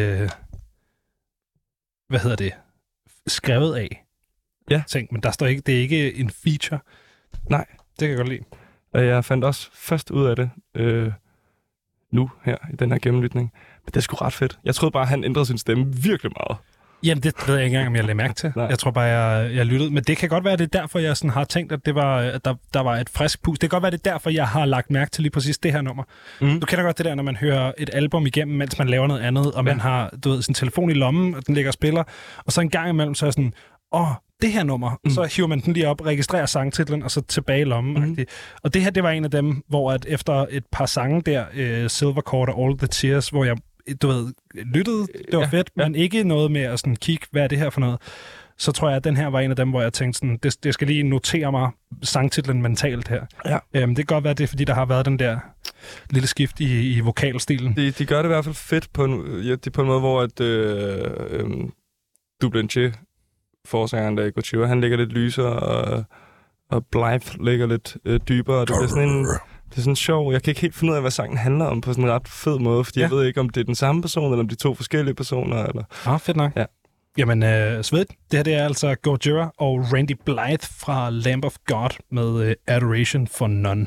skrevet af. Ja. Ting, men der står ikke. Det er ikke en feature. Nej, det kan jeg godt lide. Og jeg fandt også først ud af det nu her i den her gennemlytning. Men det er sgu ret fedt. Jeg troede bare, han ændrede sin stemme virkelig meget. Jamen, det ved jeg ikke engang, om jeg lagde mærke til. Jeg tror bare, jeg lyttede. Men det kan godt være, det er derfor, jeg sådan har tænkt, at der var et frisk pus. Det kan godt være, det er derfor, jeg har lagt mærke til lige præcis det her nummer. Du kender godt det der, når man hører et album igennem, mens man laver noget andet, og man har sin telefon i lommen, og den ligger og spiller. Og så en gang imellem, så er sådan, det her nummer, så hiver man den lige op, registrerer sangtitlen, og så tilbage i lommen. Og det her, det var en af dem, hvor at efter et par sange der, Silvercord og All the Tears, hvor jeg lyttede, det var fedt, men ikke noget med at sådan kigge, hvad er det her for noget. Så tror jeg, at den her var en af dem, hvor jeg tænkte sådan, det skal lige notere mig sangtitlen mentalt her. Ja. Det kan godt være, det er, fordi der har været den der lille skift i vokalstilen. De gør det i hvert fald fedt på en måde, hvor at Dublin forsangeren der i Godzilla, han ligger lidt lysere, og Blythe ligger lidt dybere. Det er sådan sjov. Jeg kan ikke helt finde ud af, hvad sangen handler om på sådan en ret fed måde, fordi jeg ved ikke, om det er den samme person, eller om de 2 forskellige personer. Eller... Fedt nok. Ja. Jamen, svedigt. Det her det er altså Gojira og Randy Blythe fra Lamb of God med Adoration for None.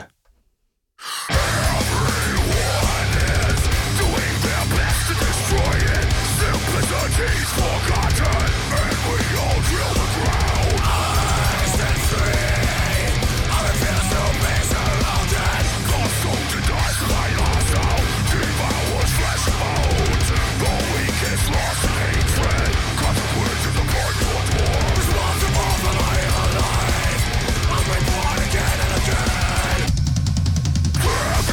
Again and again.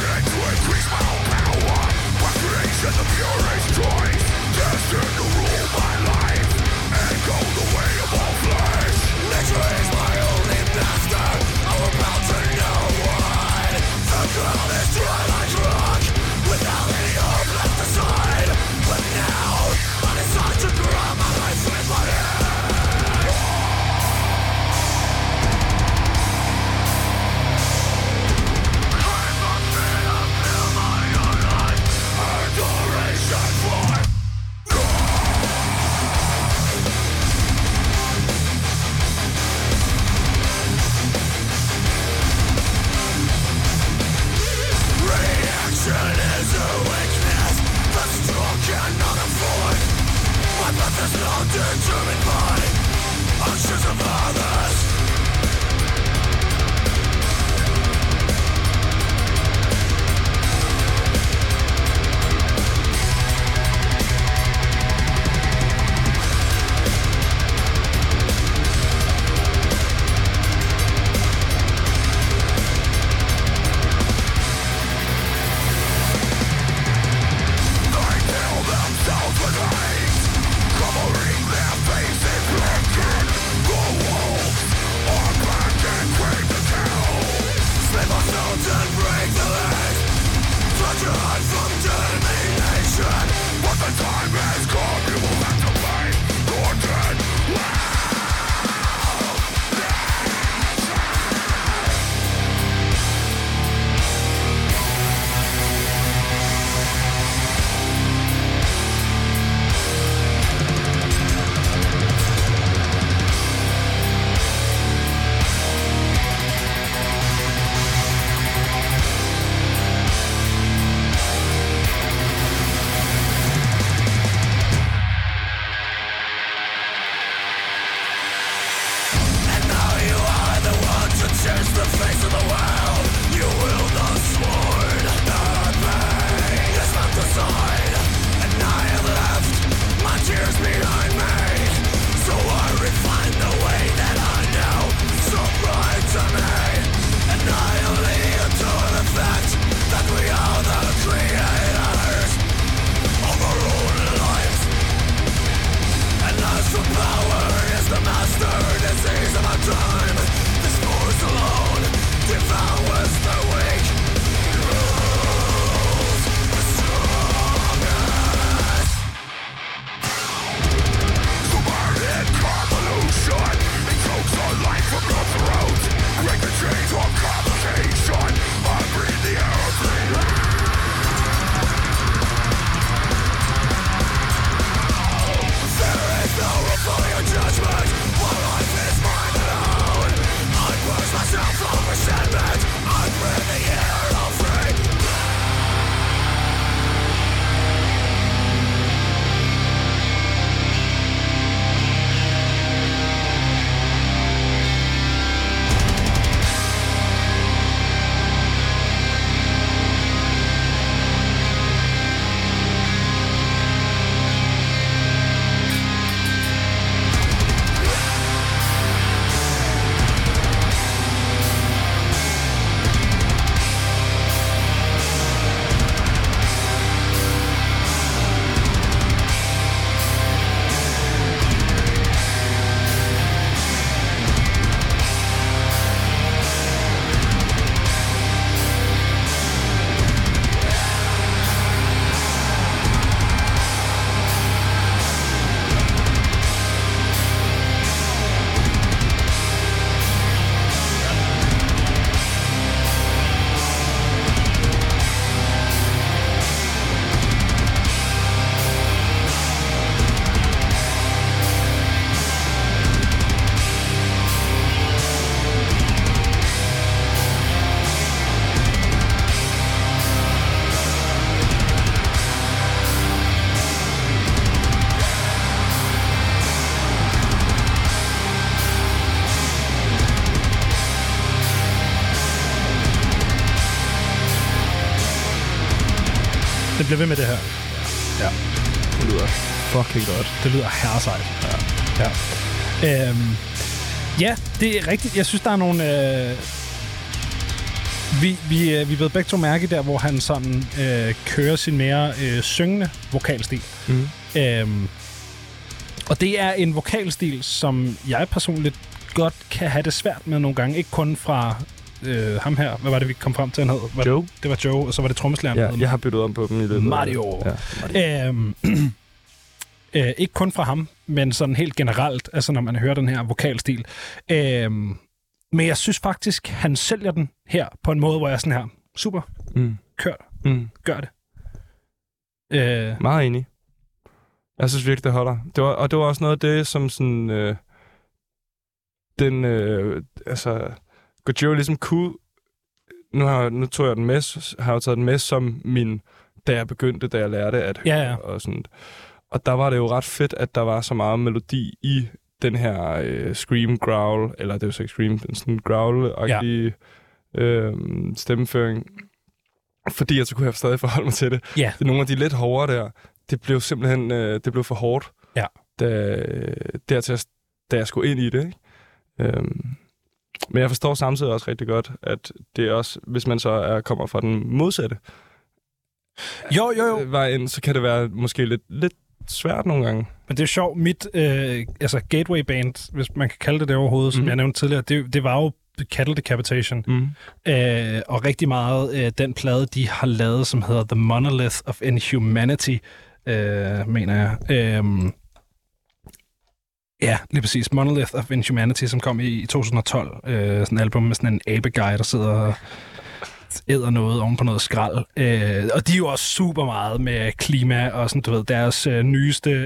is not determined by actions of others. Det bliver ved med det her. Ja. Det lyder fucking godt. Det lyder herresejt. Ja. Ja, det er rigtigt. Jeg synes, der er nogle... Vi er blevet begge to mærke der, hvor han sådan kører sin mere syngende vokalstil. Og det er en vokalstil, som jeg personligt godt kan have det svært med nogle gange. Ikke kun fra ham her. Hvad var det, vi kom frem til, han hed? Joe. Det var Joe, og så var det trommeslageren. Ja, jeg har byttet om på dem i det. Mario. Ja, Mario. Ikke kun fra ham, men sådan helt generelt, altså når man hører den her vokalstil. Men jeg synes faktisk, han sælger den her på en måde, hvor jeg er sådan her, super, kør, gør det. Meget enig. Jeg synes virkelig, det holder. Det var også noget af det, som sådan... Gojira ligesom kunne... Nu tog jeg den med, har jeg taget den med som min... Da jeg begyndte, da jeg lærte at høre og sådan... Og der var det jo ret fedt, at der var så meget melodi i den her scream growl, eller det er jo så ikke scream, den sådan growl-agtige stemmeføring. Fordi så kunne jeg stadig forholde mig til det. Ja. Det er nogle af de lidt hårdere der. Det blev simpelthen det blev for hårdt, da jeg skulle ind i det. Ikke? Men jeg forstår samtidig også rigtig godt, at det er også, hvis man så kommer fra den modsatte vejen, så kan det være måske lidt svært nogle gange. Men det er sjovt, mit gateway band, hvis man kan kalde det overhovedet, som jeg nævnte tidligere, det var jo Cattle Decapitation. Og rigtig meget den plade, de har lavet, som hedder The Monolith of Inhumanity, mener jeg. Ja, lige præcis. Monolith of Inhumanity, som kom i 2012. Sådan en album med sådan en abeguy, der sidder og æder noget oven på noget skrald. Og de er jo også super meget med klima og sådan, du ved, deres nyeste,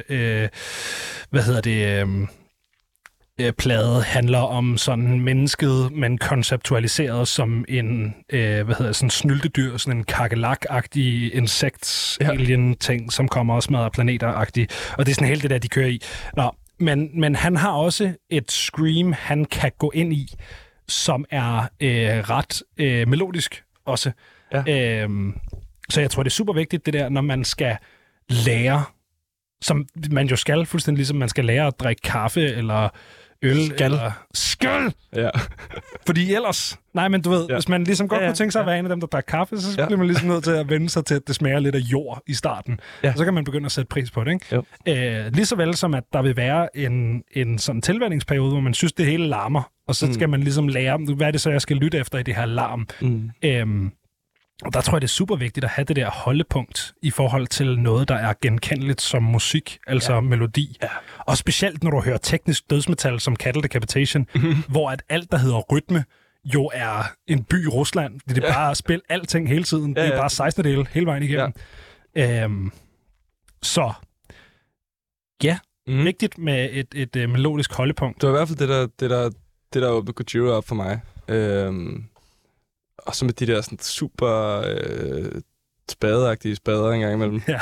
plade handler om sådan mennesket, men konceptualiseret som en, sådan snyltedyr, sådan en kakelak-agtig insekt-alien-ting, som kommer og smadrer planeter-agtig. Og det er sådan helt det der, de kører i. Nå, men han har også et scream, han kan gå ind i, som er ret melodisk også. Ja. Så jeg tror, det er super vigtigt, det der, når man skal lære, som man jo skal, fuldstændig ligesom man skal lære at drikke kaffe eller øl. Skal! Ja. Fordi ellers, nej, men du ved, hvis man ligesom godt kunne tænke sig at være en af dem, der drikker kaffe, så bliver man ligesom nødt til at vende sig til, at det smager lidt af jord i starten. Ja. Og så kan man begynde at sætte pris på det, ikke? Lige så vel som, at der vil være en sådan tilvændingsperiode, hvor man synes, det hele larmer, og så skal man ligesom lære, hvad er det så, jeg skal lytte efter i det her larm? Og der tror jeg, det er super vigtigt at have det der holdepunkt i forhold til noget, der er genkendeligt som musik, altså melodi. Ja. Og specielt, når du hører teknisk dødsmetal som Cattle Decapitation, hvor at alt, der hedder rytme, jo er en by i Rusland. Det er bare at spille alting hele tiden. Det er bare 16 dele hele vejen igennem. Ja. Så ja, vigtigt med et melodisk holdepunkt. Det var i hvert fald det der åbnede Gojira op for mig. Og så med de der sådan super spadeagtige spader engang imellem. Ja.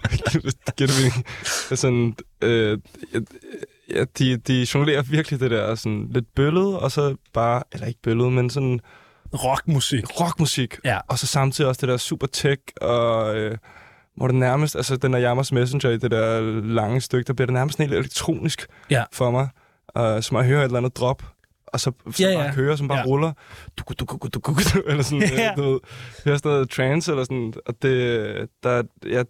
Sådan, de jonglerer virkelig det der sådan lidt bøllet, og så bare, eller ikke bøllet, men sådan rockmusik. Ja. Og så samtidig også det der super tech, og hvor det nærmest, altså den der Yamas Messenger i det der lange stykke, der bliver det nærmest helt elektronisk for mig. Som at høre et eller andet drop, og så bare kører, som bare ruller. Eller sådan noget. Det er sådan noget trance, eller sådan. Og det, der,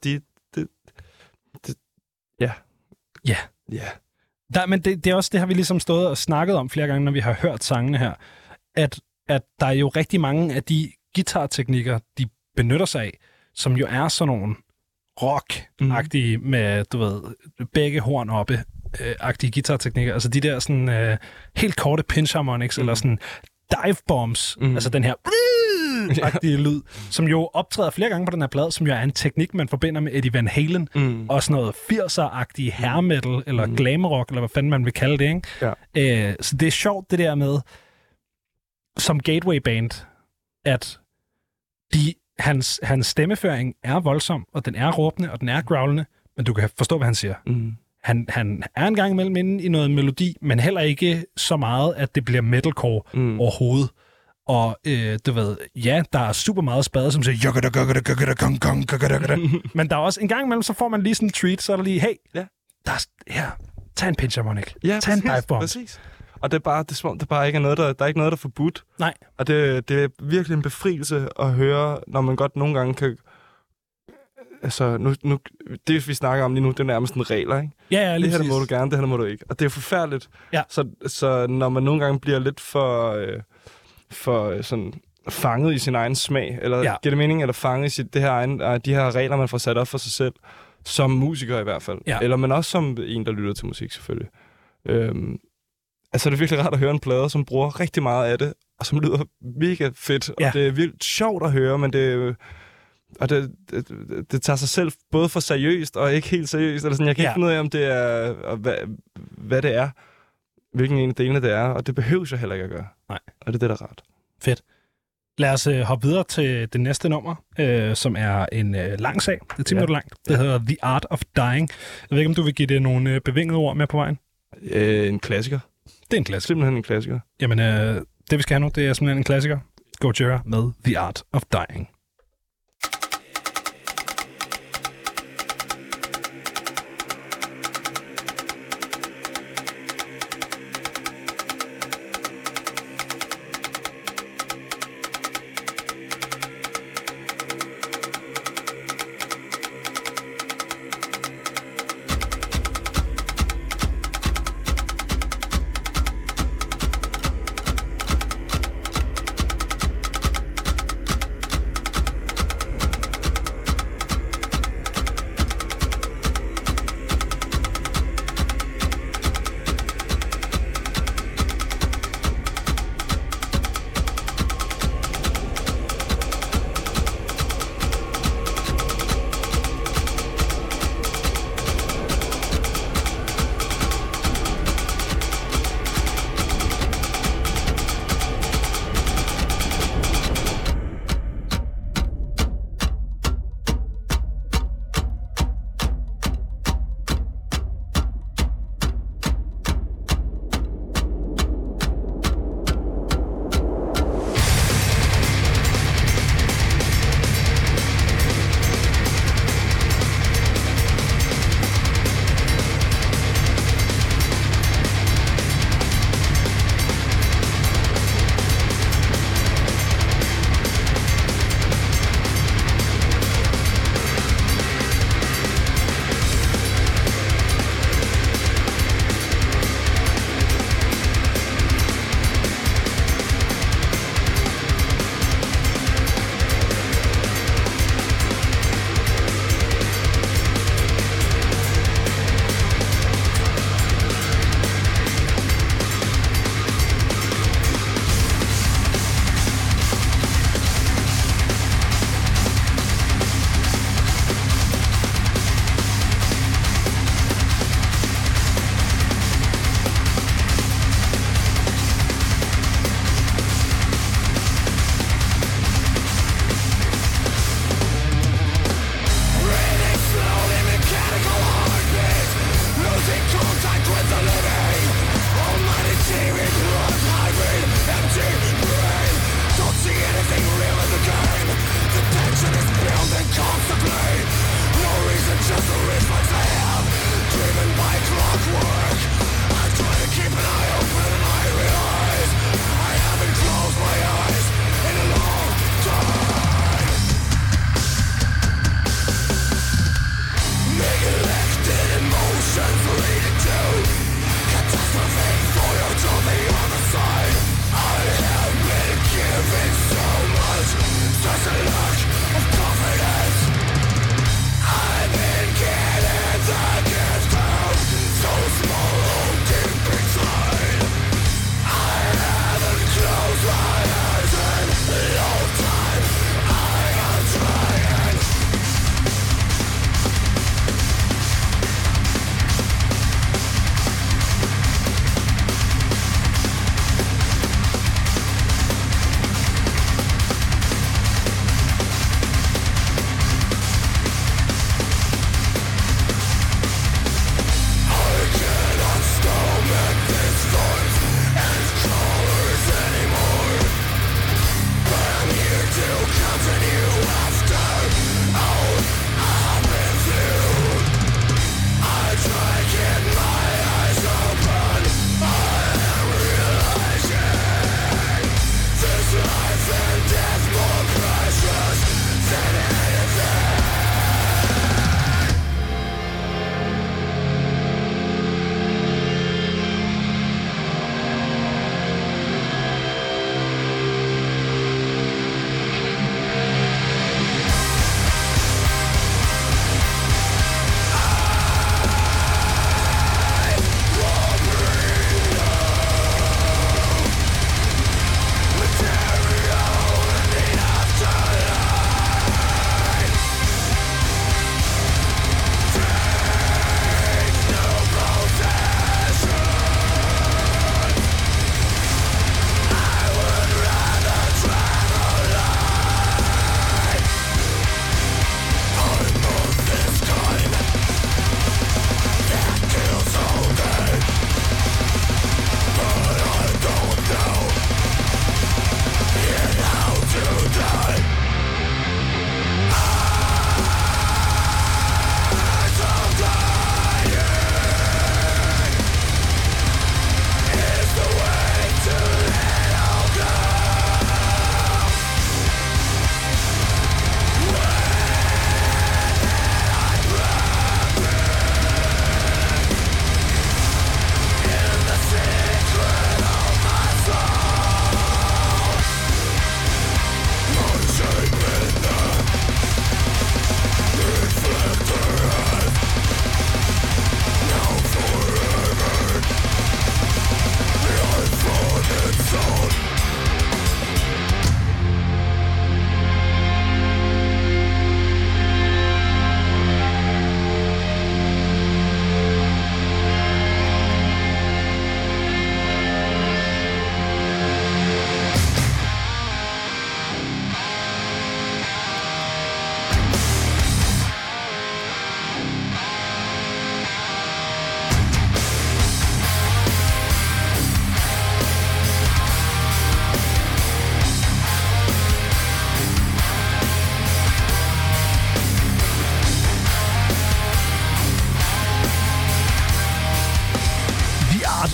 Men det er også det, har vi ligesom stået og snakket om flere gange, når vi har hørt sangene her, at der er jo rigtig mange af de guitarteknikker, de benytter sig af, som jo er sådan nogle rock-agtige med, du ved, begge horn oppe, agtige guitarteknikker. Altså de der sådan helt korte pinch harmonics, eller sådan dive bombs, altså den her agtige lyd, som jo optræder flere gange på den her plade, som jo er en teknik, man forbinder med Eddie Van Halen, og sådan noget 80'er-agtige hair metal, eller glam rock, eller hvad fanden man vil kalde det, ikke? Ja. Så det er sjovt, det der med, som gateway band, at hans stemmeføring er voldsom, og den er råbende, og den er growlende, men du kan forstå, hvad han siger. Han er en gang imellem inde i noget melodi, men heller ikke så meget, at det bliver metalcore overhovedet. Og du ved, der er super meget spade, som siger, men der er også en gang imellem, så får man lige sådan en treat, så er der lige, hey, tag en pinch harmonic, tag en dive bomb. Præcis. Og det er bare ikke noget, der er ikke noget, der er forbudt. Nej. Og det er virkelig en befrielse at høre, når man godt nogle gange kan... Altså, nu, det vi snakker om lige nu, det er nærmest en regler, ikke? Ja, lige det her må du gerne, det her må du ikke. Og det er forfærdeligt. Ja. Så når man nogle gange bliver lidt for sådan fanget i sin egen smag, eller giver det mening, eller fanget i sit, det her de her regler, man får sat op for sig selv, som musiker i hvert fald. Ja. Eller men også som en, der lytter til musik, selvfølgelig. Altså, det er virkelig rart at høre en plade, som bruger rigtig meget af det, og som lyder mega fedt. Og det er virkelig sjovt at høre, men det tager sig selv både for seriøst og ikke helt seriøst. Eller sådan. Jeg kan ikke finde ud af, om det er, hvad det er, hvilken en af delene det er, og det behøver jeg heller ikke at gøre. Nej. Og det er det, der er rart. Fedt. Lad os hoppe videre til det næste nummer, som er en lang sag. Det er 10 minutter langt. Det hedder The Art of Dying. Jeg ved ikke, om du vil give det nogle bevingede ord med på vejen? En klassiker. Det er en klassiker. Simpelthen en klassiker. Jamen, det vi skal have nu, det er simpelthen en klassiker. Gojira med The Art of Dying.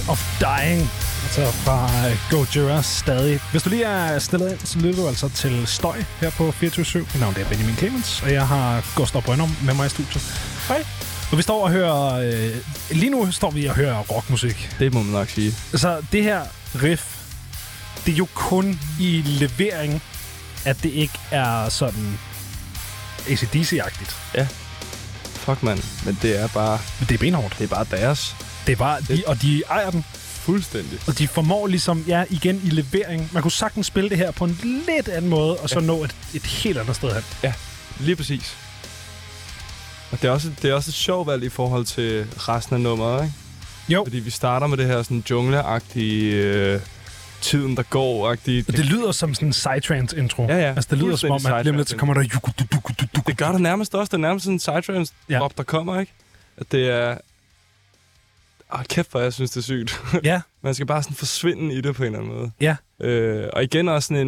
of Dying, altså fra Gojira stadig. Hvis du lige er stillet ind, så lytter du altså til Støj her på 24/7. Mit navn er Benjamin Clemens, og jeg har Gustav Brøndum med mig i studiet. Hej. Og vi står og hører... lige nu står vi og hører rockmusik. Det må man nok sige. Altså, det her riff, det er jo kun i levering, at det ikke er sådan AC/DC-agtigt. Ja. Fuck, mand. Men det er bare... Men det er benhårdt. Det er bare deres. Det er bare... og de ejer den. Fuldstændig. Og de formår ligesom, igen i levering. Man kunne sagtens spille det her på en lidt anden måde, og så nå et helt andet sted hen. Ja, lige præcis. Og det er også et sjovt valg i forhold til resten af nummeret, ikke? Jo. Fordi vi starter med det her sådan jungle-agtige... tiden, der går-agtige... Og det lyder som sådan en psytrance-intro. Ja. Altså, det lyder som om, at lige lidt, så kommer der... Det gør der nærmest også. Det er nærmest sådan en psytrance-drop, der kommer, ikke? At det er... kæft, hvor jeg synes, det er sygt. Ja. Man skal bare sådan forsvinde i det på en eller anden måde. Ja. Og igen også sådan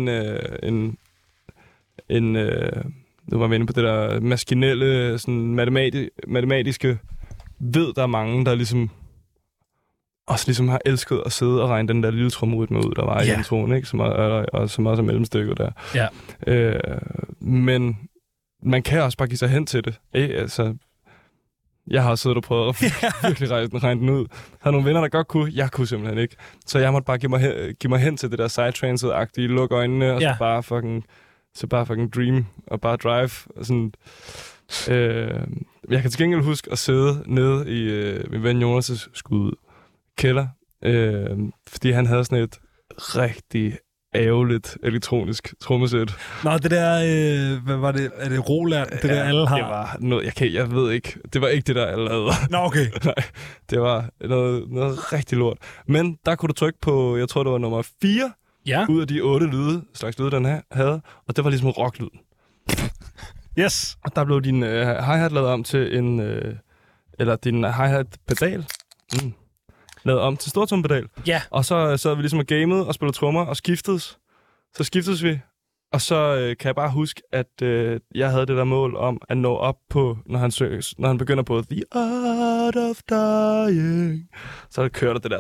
nu var vi inde på det der maskinelle, sådan matematiske ved, der er mange, der ligesom også ligesom har elsket at sidde og regne den der lille trommerytme ud, der var i introen, ikke? Som også er mellemstykket der. Ja. Men man kan også bare give sig hen til det. Altså, jeg har siddet og prøvet at virkelig regne den ud. Jeg havde nogle venner, der godt kunne. Jeg kunne simpelthen ikke. Så jeg måtte bare give mig hen til det der psytrance-agtige, lukke øjnene, og så bare fucking dream, og bare drive. Og sådan. Jeg kan til gengæld huske at sidde nede i min ven Jonas' kælder, fordi han havde sådan et rigtig ærgerligt elektronisk trommesæt. Nå, det der, hvad var det? Er det Roland? Det der alle har? Det var noget, jeg ved ikke. Det var ikke det, der alle lavede. Nå, okay. Nej, det var noget rigtig lort. Men der kunne du trykke på, jeg tror, det var nummer 4 ud af de 8 slags lyde, den her havde. Og det var ligesom rocklyden. Yes. Og der blev din hi-hat lavet om til en... eller din hi-hat-pedal. Lavet om til stortrompedal. Ja. Og så sad vi ligesom og gamede og spillede trommer og skiftedes. Så skiftedes vi. Og så kan jeg bare huske, at jeg havde det der mål om at nå op på, når han begynder på The Art of Dying. Så kører det der.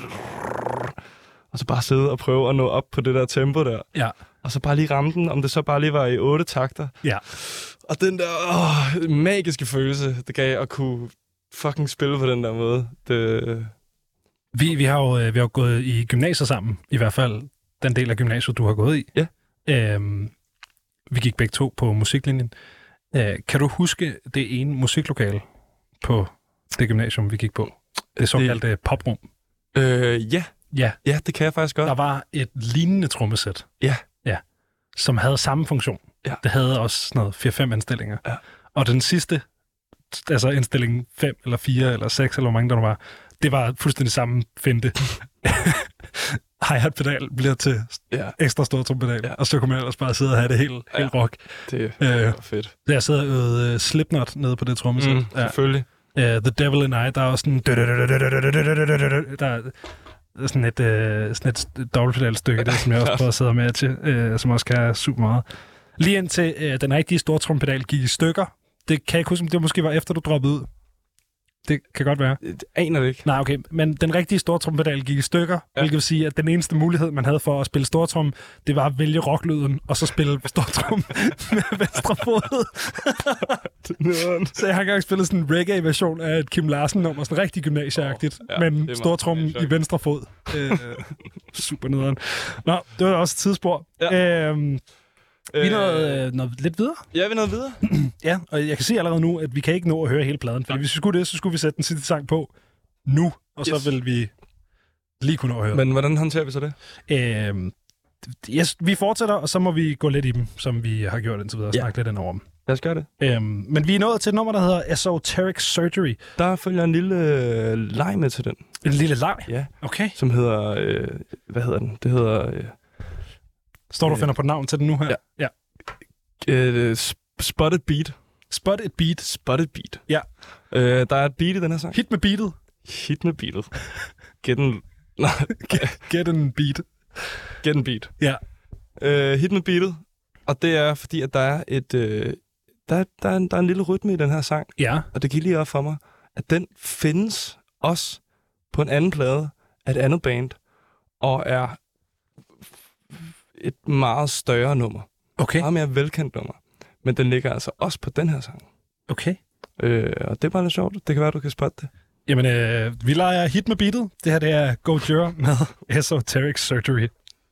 Og så bare sidde og prøve at nå op på det der tempo der. Ja. Og så bare lige ramme den, om det så bare lige var i 8 takter. Ja. Og den der magiske følelse, det gav at kunne fucking spille på den der måde. Vi har jo gået i gymnasiet sammen, i hvert fald den del af gymnasiet, du har gået i. Ja. Vi gik begge to på musiklinjen. Kan du huske det ene musiklokale på det gymnasium, vi gik på? Det såkaldte poprum. Ja. Ja, det kan jeg faktisk godt. Der var et lignende trommesæt. Ja. Som havde samme funktion. Ja. Det havde også sådan noget 4-5 indstillinger. Ja. Og den sidste, altså indstilling 5 eller 4 eller 6, eller hvor mange der var, det var fuldstændig samme finte. Hi-hat-pedal bliver til ekstra stor trompedal, og så kunne man ellers bare sidde og have det helt rock. Det var fedt. Jeg sidder og øvede Slipknot nede på det trommesæt. Selvfølgelig. The Devil in I, der er også sådan... Der er sådan et dobbeltpedalstykke, der, som jeg også prøver at sidde med til, som også kan super meget. Lige indtil den rigtige store trompedal gik i stykker. Det kan jeg ikke huske, om det måske var efter, du droppede ud. Det kan godt være. Det aner det ikke. Nej, okay. Men den rigtige stortrompedal gik i stykker, hvilket vil sige, at den eneste mulighed, man havde for at spille stortrom, det var at vælge rocklyden, og så spille stortrom med venstre fod. Så jeg har engang spillet sådan en reggae-version af et Kim Larsen-nummer, sådan rigtig gymnasieagtigt, men stortrommen i venstre fod. Super nederen. Nå, det var også et tidsspor. Ja. Vi er noget lidt videre. Ja, vi er noget videre. Ja, og jeg kan se allerede nu, at vi kan ikke nå at høre hele pladen. For hvis vi skulle det, så skulle vi sætte den sidste sang på nu, og så vil vi lige kunne nå at høre. Men hvordan håndterer vi så det? Vi fortsætter, og så må vi gå lidt i dem, som vi har gjort indtil videre, og snakke lidt ind over dem. Lad os gøre det. Men vi er nået til et nummer, der hedder Esoteric Surgery. Der følger en lille leg med til den. En lille leg? Ja. Okay. Som hedder... hvad hedder den? Det hedder... Står du og finder på et navn til den nu her? Ja. Spotted Beat. Spotted Beat? Spotted Beat. Ja. Der er et beat i den her sang. Hit med beatet. Hit med beatet. Get en beat. Get en beat. Ja. Hit med beatet. Og det er fordi, at der er et... der er en lille rytme i den her sang. Ja. Og det gik lige op for mig, at den findes også på en anden plade af et andet band, og er et meget større nummer. Okay. Meget mere velkendt nummer. Men den ligger altså også på den her sang. Okay. Og det er bare lidt sjovt. Det kan være, du kan spotte det. Jamen, vi leger hit med beatet. Det her, det er Gojira med Esoteric Surgery.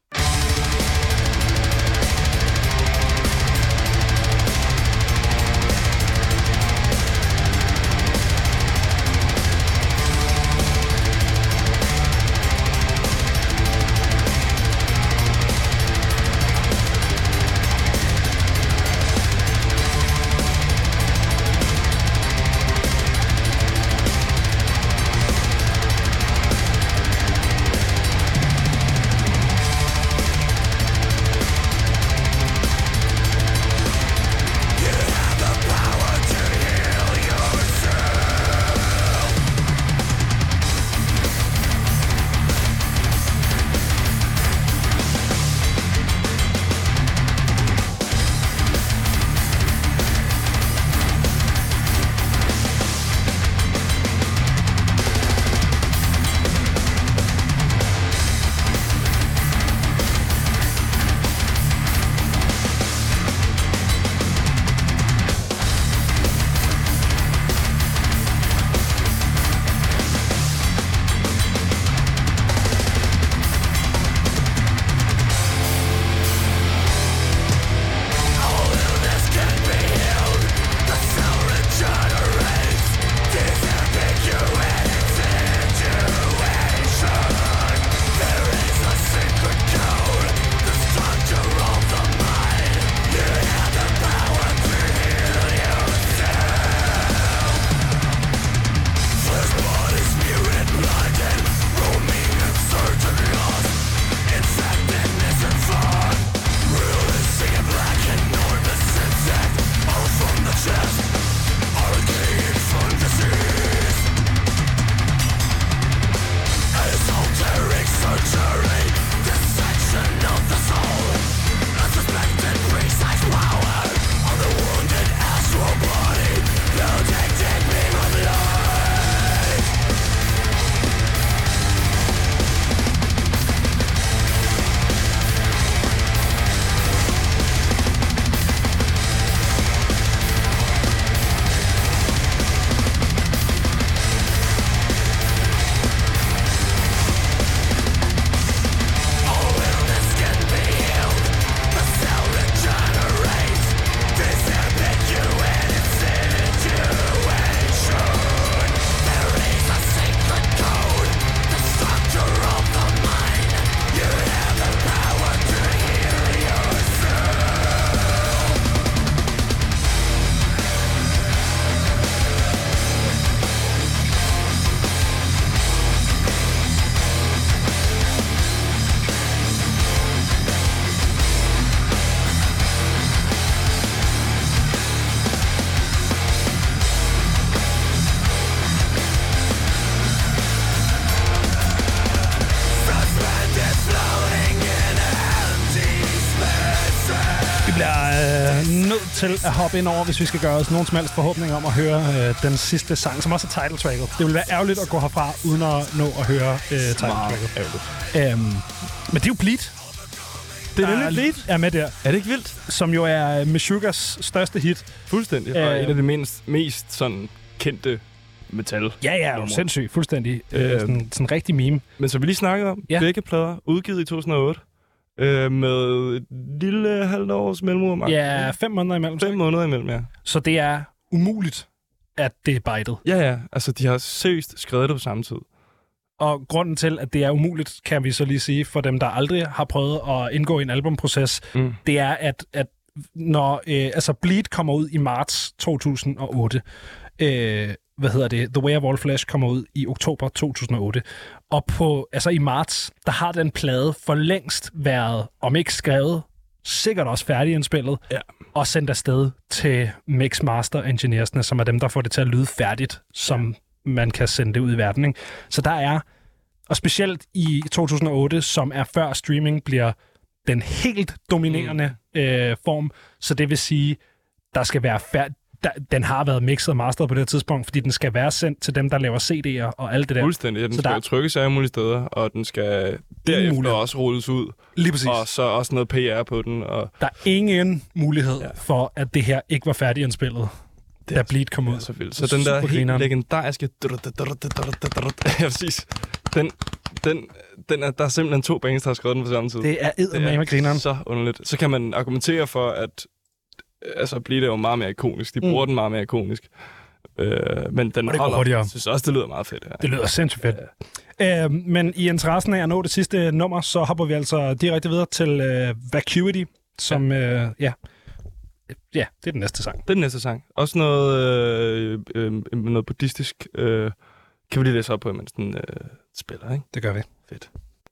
Til at hoppe ind over, hvis vi skal gøre os nogen som helst forhåbning om at høre den sidste sang, som også er title-tracket. Det vil være ærgerligt at gå herfra, uden at nå at høre title-tracket. Men det er jo Bleed. Det er nemlig Bleed. Er med der. Er det ikke vildt? Som jo er Meshuggahs største hit. Fuldstændig. Og et af de mest sådan kendte metal. Ja, jo sindssygt. Fuldstændig. Sådan rigtig meme. Men som vi lige snakkede om, begge plader udgivet i 2008. Med et lille halvt års mellemrum. Ja, 5 måneder imellem. 5 måneder imellem, ja. Så det er umuligt, at det er bejtet. Ja. Altså, de har seriøst skrevet det på samme tid. Og grunden til, at det er umuligt, kan vi så lige sige, for dem, der aldrig har prøvet at indgå i en albumproces, det er, at når Bleed kommer ud i marts 2008, The Way of All Flesh kommer ud i oktober 2008. Og i marts, der har den plade for længst været, om ikke skrevet, sikkert også færdigindspillet, og sendt afsted til Mix Master Engineersne, som er dem, der får det til at lyde færdigt, som man kan sende det ud i verden. Ikke? Så der er, og specielt i 2008, som er før streaming bliver den helt dominerende form, så det vil sige, der skal være den har været mixet og masteret på det her tidspunkt, fordi den skal være sendt til dem, der laver CD'er og alt det der. Fuldstændig. Ja, den skal jo trykkes alle mulige steder, og den skal derefter også rulles ud. Lige præcis. Og så også noget PR på den. Og der er ingen mulighed for, at det her ikke var færdigindspillet, da Bleed kom ud. Selvfølgelig. Så den der helt legendariske... Ja, præcis. Der er simpelthen 2 bands, der har skrevet den på samme tid. Det er eddermame grineren. Så underligt. Så kan man argumentere for, at Bleed er jo meget mere ikonisk. De bruger den meget mere ikonisk. Men den holder. Jeg synes også, det lyder meget fedt. Det lyder sindssygt fedt. Ja. Men i interessen af at nå det sidste nummer, så hopper vi altså direkte videre til Vacuity, som det er den næste sang. Det er den næste sang. Også noget buddhistisk. Kan vi lige læse op på, mens den spiller, ikke? Det gør vi. Fedt.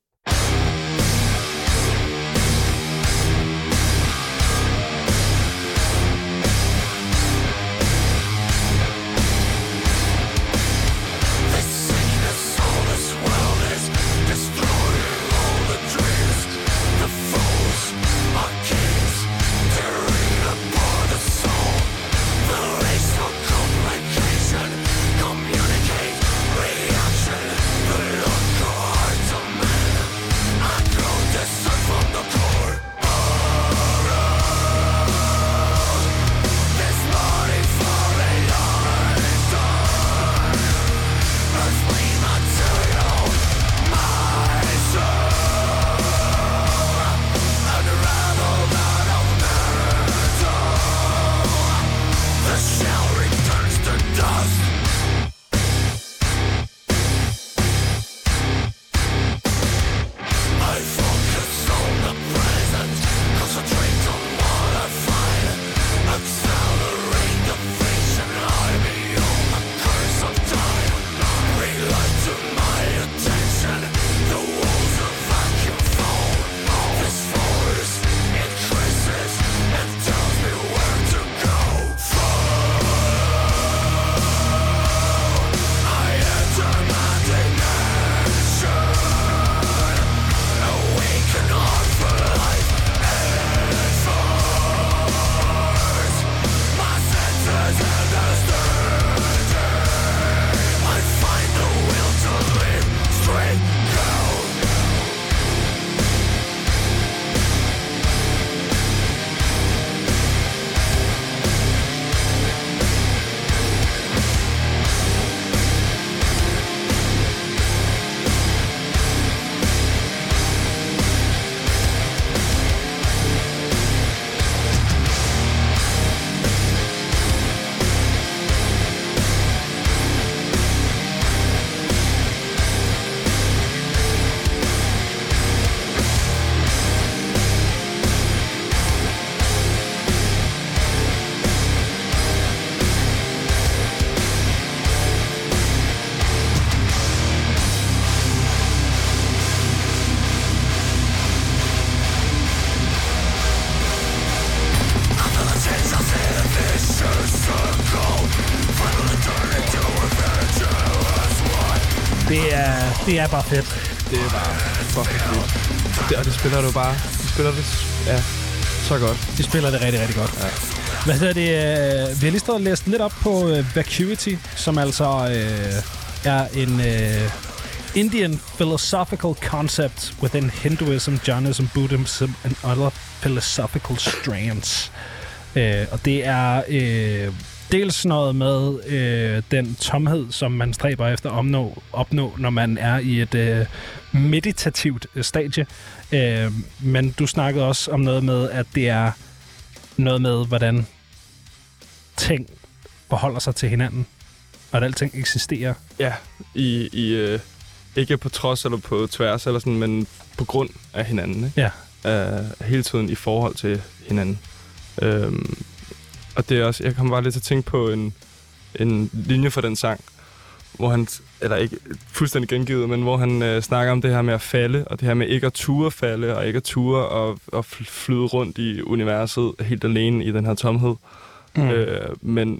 Det er bare fedt. Det er bare fucking fedt. Og det spiller du bare. De spiller det så godt. De spiller det rigtig, rigtig godt. Ja. Hvad hedder det? Vi har lige stået og læst lidt op på Vacuity, som altså er en Indian philosophical concept within Hinduism, Jainism, Buddhism and other philosophical strands. Og det er dels noget med den tomhed, som man stræber efter at opnå, når man er i et meditativt stadie. Men du snakkede også om noget med, at det er noget med, hvordan ting forholder sig til hinanden, og at alting eksisterer. Ja, ikke på trods eller på tværs, eller sådan, men på grund af hinanden. Ikke? Ja. Hele tiden i forhold til hinanden. Og det er også, jeg kommer bare lidt til at tænke på en linje for den sang, hvor han, eller ikke fuldstændig gengivet, men hvor han snakker om det her med at falde, og det her med ikke at ture falde, og ikke at ture og flyde rundt i universet helt alene i den her tomhed. Men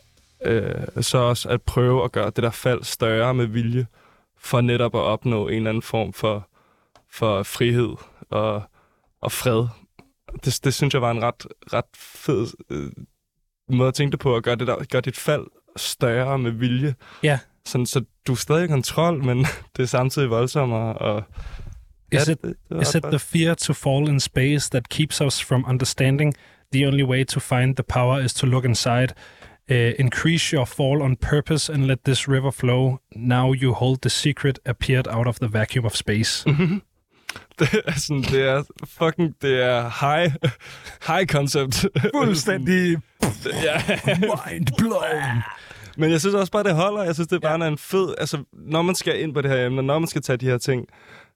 så også at prøve at gøre det der fald større med vilje, for netop at opnå en eller anden form for frihed og fred. Det synes jeg var en ret fed måde at tænke det på, at gøre dit fald større med vilje. Ja. Sådan, så du er stadig i kontrol, men det er samtidig voldsommere. Og Is it the fear to fall in space that keeps us from understanding the only way to find the power is to look inside? Increase your fall on purpose and let this river flow. Now you hold the secret appeared out of the vacuum of space. Mm-hmm. Det er high concept. Fuldstændig mind blown. Men jeg synes også bare, det holder. Jeg synes, det er bare en fed... Altså, når man skal ind på det her emne, når man skal tage de her ting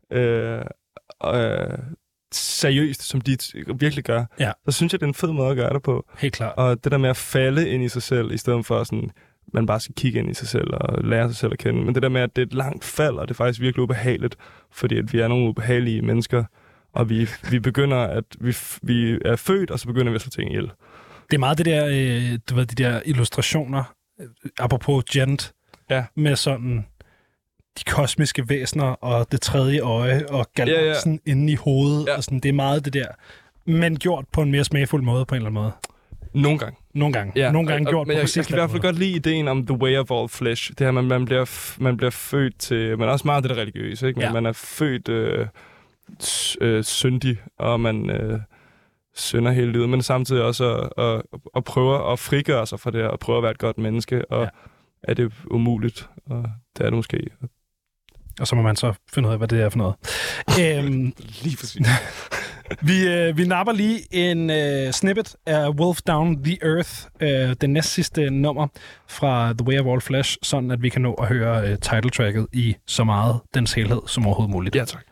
seriøst, som de virkelig gør, så synes jeg, det er en fed måde at gøre det på. Helt klart. Og det der med at falde ind i sig selv, i stedet for sådan, man bare skal kigge ind i sig selv og lære sig selv at kende. Men det der med, at det er et langt fald, og det er faktisk virkelig ubehageligt, fordi at vi er nogle ubehagelige mennesker, og vi begynder at... Vi er født, og så begynder vi at slå ting ihjel. Det er meget det der, du ved, de der illustrationer, apropos Gent, med sådan de kosmiske væsener og det tredje øje og galaksen inde i hovedet. Og sådan, det er meget det der, men gjort på en mere smagfuld måde på en eller anden måde. Nogle gange. Nogle gange gjort på præcis jeg kan i hvert fald godt lide ideen om the way of all flesh. Det her, man bliver født til... Man er også meget det der religiøse, ikke? Men man er født syndig, og man... synder hele livet, men samtidig også at prøve at frigøre sig fra det og prøve at være et godt menneske, og er det umuligt, og det er det måske. Og så må man så finde ud af, hvad det er for noget. Lige præcis. Vi napper lige en snippet af Wolf Down the Earth, det næstsidste nummer fra The Way of All Flesh, sådan at vi kan nå at høre titletracket i så meget dens helhed som overhovedet muligt. Ja, tak.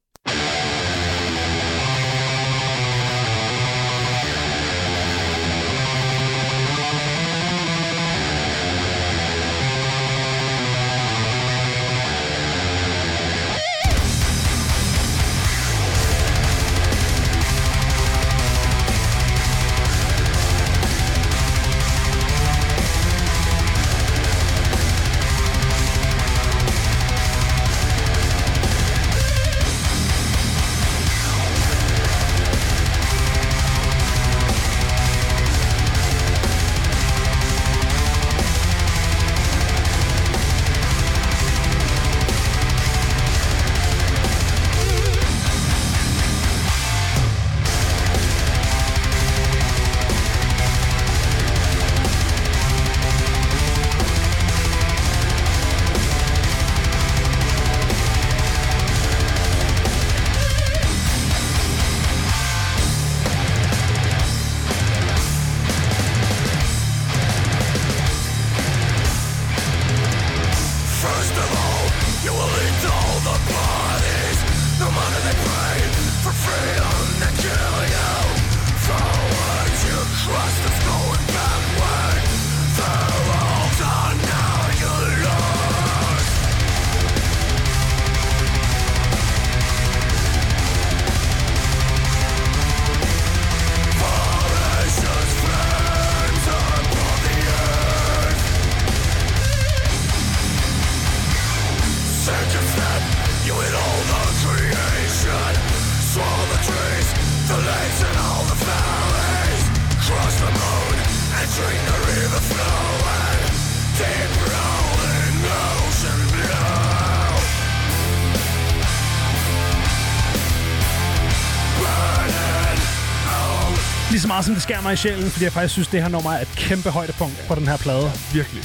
Lige så meget som det skærer mig i sjælen, fordi jeg faktisk synes, det her nummer er et kæmpe højdepunkt på den her plade. Virkelig.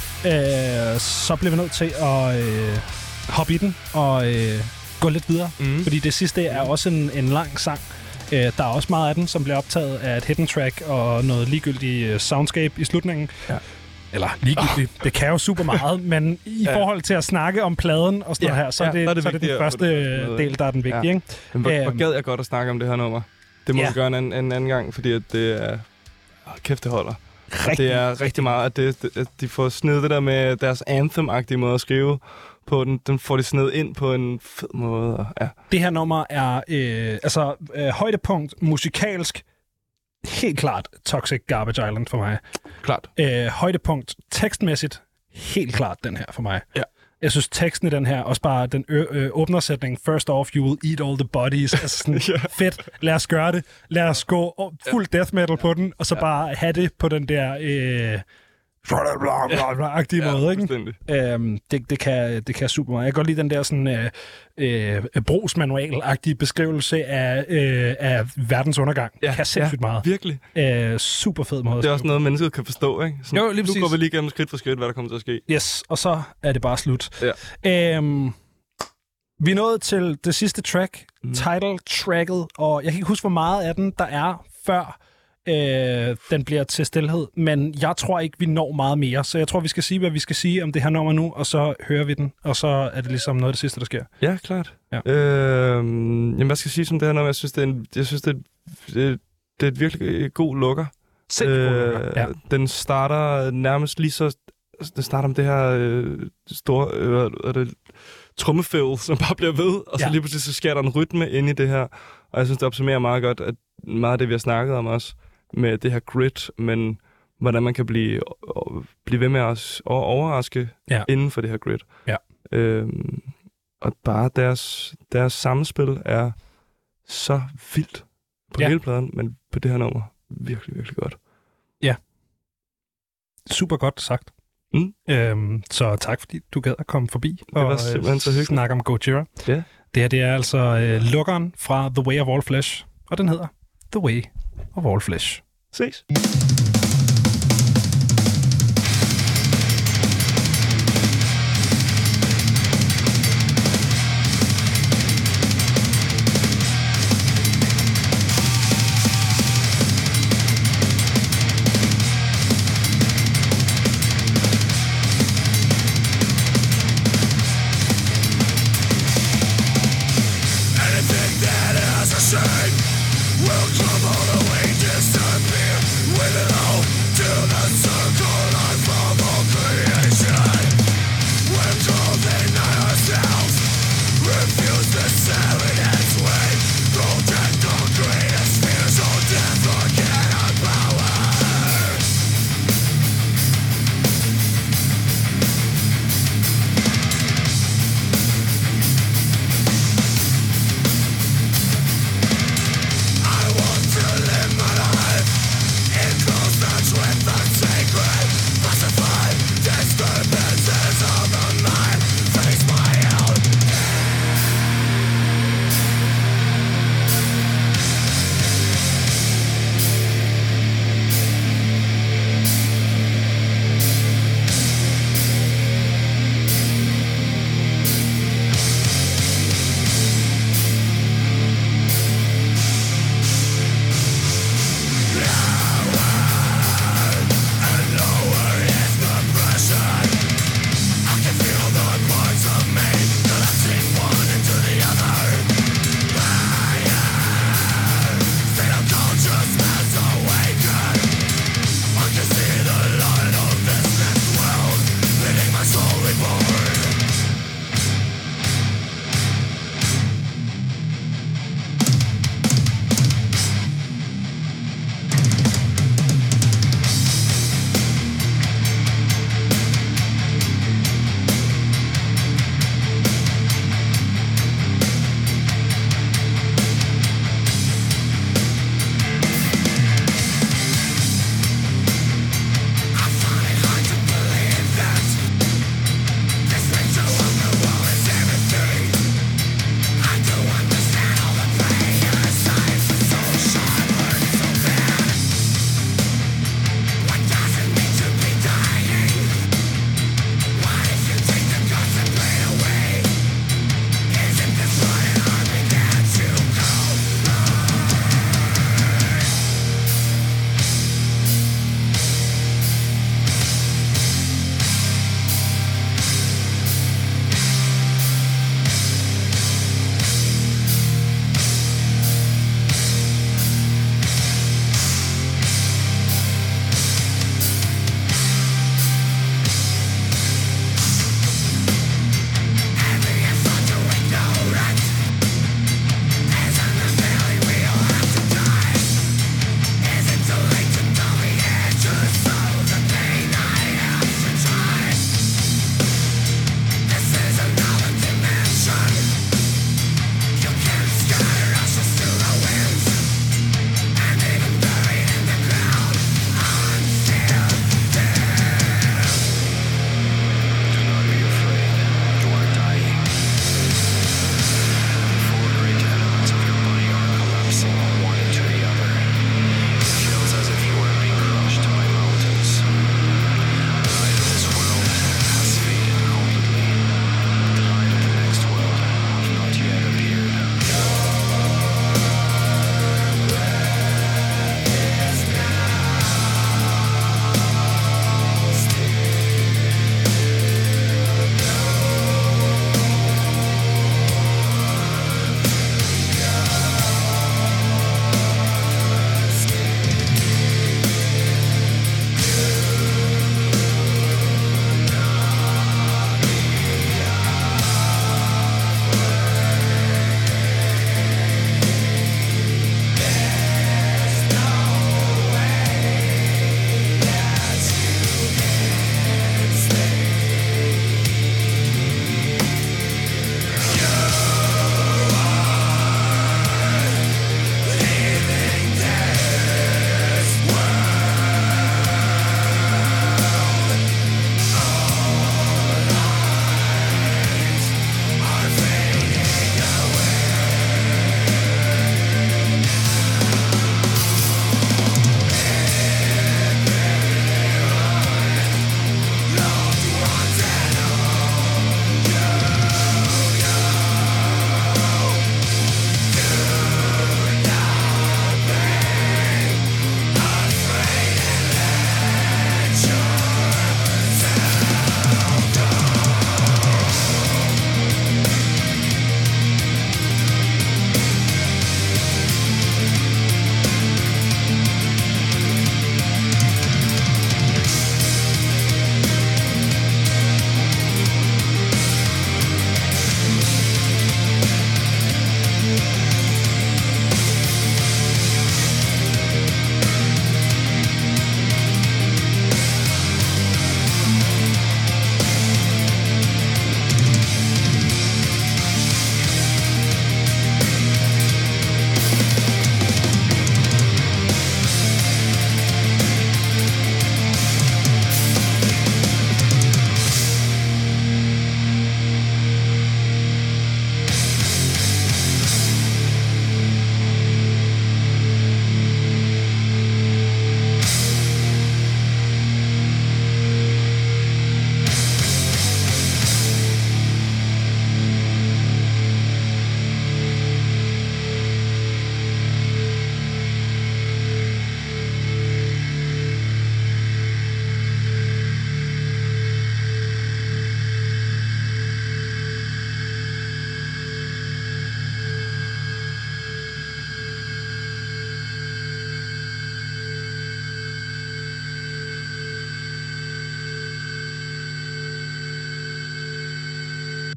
Så bliver vi nødt til at hoppe i den og gå lidt videre. Fordi det sidste er også en lang sang. Der er også meget af den, som bliver optaget af et hidden track og noget ligegyldigt soundscape i slutningen. Ja. Eller ligegyldigt. Det kan jo super meget, men i forhold til at snakke om pladen og sådan noget her, så er det den første del, der er den vigtige. Ikke? Hvor gad jeg godt at snakke om det her nummer. Det må vi gøre en anden gang, fordi at det er... kæft, det holder. Det er rigtig meget, at de får snedet det der med deres anthem-agtige måde at skrive på. Den får de snedet ind på en fed måde. Og, Det her nummer er højdepunkt musikalsk. Helt klart Toxic Garbage Island for mig. Klart. Højdepunkt tekstmæssigt. Helt klart den her for mig. Ja. Jeg synes, teksten i den her, også bare den åbnersætning, first off, you will eat all the bodies. Altså sådan, fedt, lad os gøre det. Lad os gå fuld death metal på den, og så bare have det på den der agtige måde, ikke? Det kan super meget. Jeg kan godt lide den der sådan brugsmanual-agtige beskrivelse af verdens undergang. Kan sindssygt meget. Virkelig. Super fed måde. Det er også noget, mennesket kan forstå, ikke? Sådan, jo, lige præcis. Nu går vi lige gennem skridt for skridt, hvad der kommer til at ske. Yes, og så er det bare slut. Ja. Vi er nået til det sidste track, title-tracket, og jeg kan ikke huske, hvor meget af den, der er før den bliver til stilhed, men jeg tror ikke, vi når meget mere, så jeg tror, vi skal sige, hvad vi skal sige om det her nummer nu, og så hører vi den, og så er det ligesom noget af det sidste, der sker. Ja, klart. Ja. Jamen, hvad skal jeg sige som det her nummer? Jeg synes, det er et virkelig god lukker. Den starter nærmest lige så... Den starter med det her store trummefævl, som bare bliver ved, og så lige pludselig så sker der en rytme inde i det her, og jeg synes, det opsummerer meget godt, at meget af det, vi har snakket om også, med det her grit, men hvordan man kan blive ved med os og overraske inden for det her grit. Ja. Og bare deres samspil er så vildt på hele pladen, men på det her nummer virkelig, virkelig godt. Ja. Super godt sagt. Så tak, fordi du gad at komme forbi og snakke om Gojira. Yeah. Det her, det er altså lukkeren fra The Way of All Flesh, og den hedder The Way of All Flesh. Ses.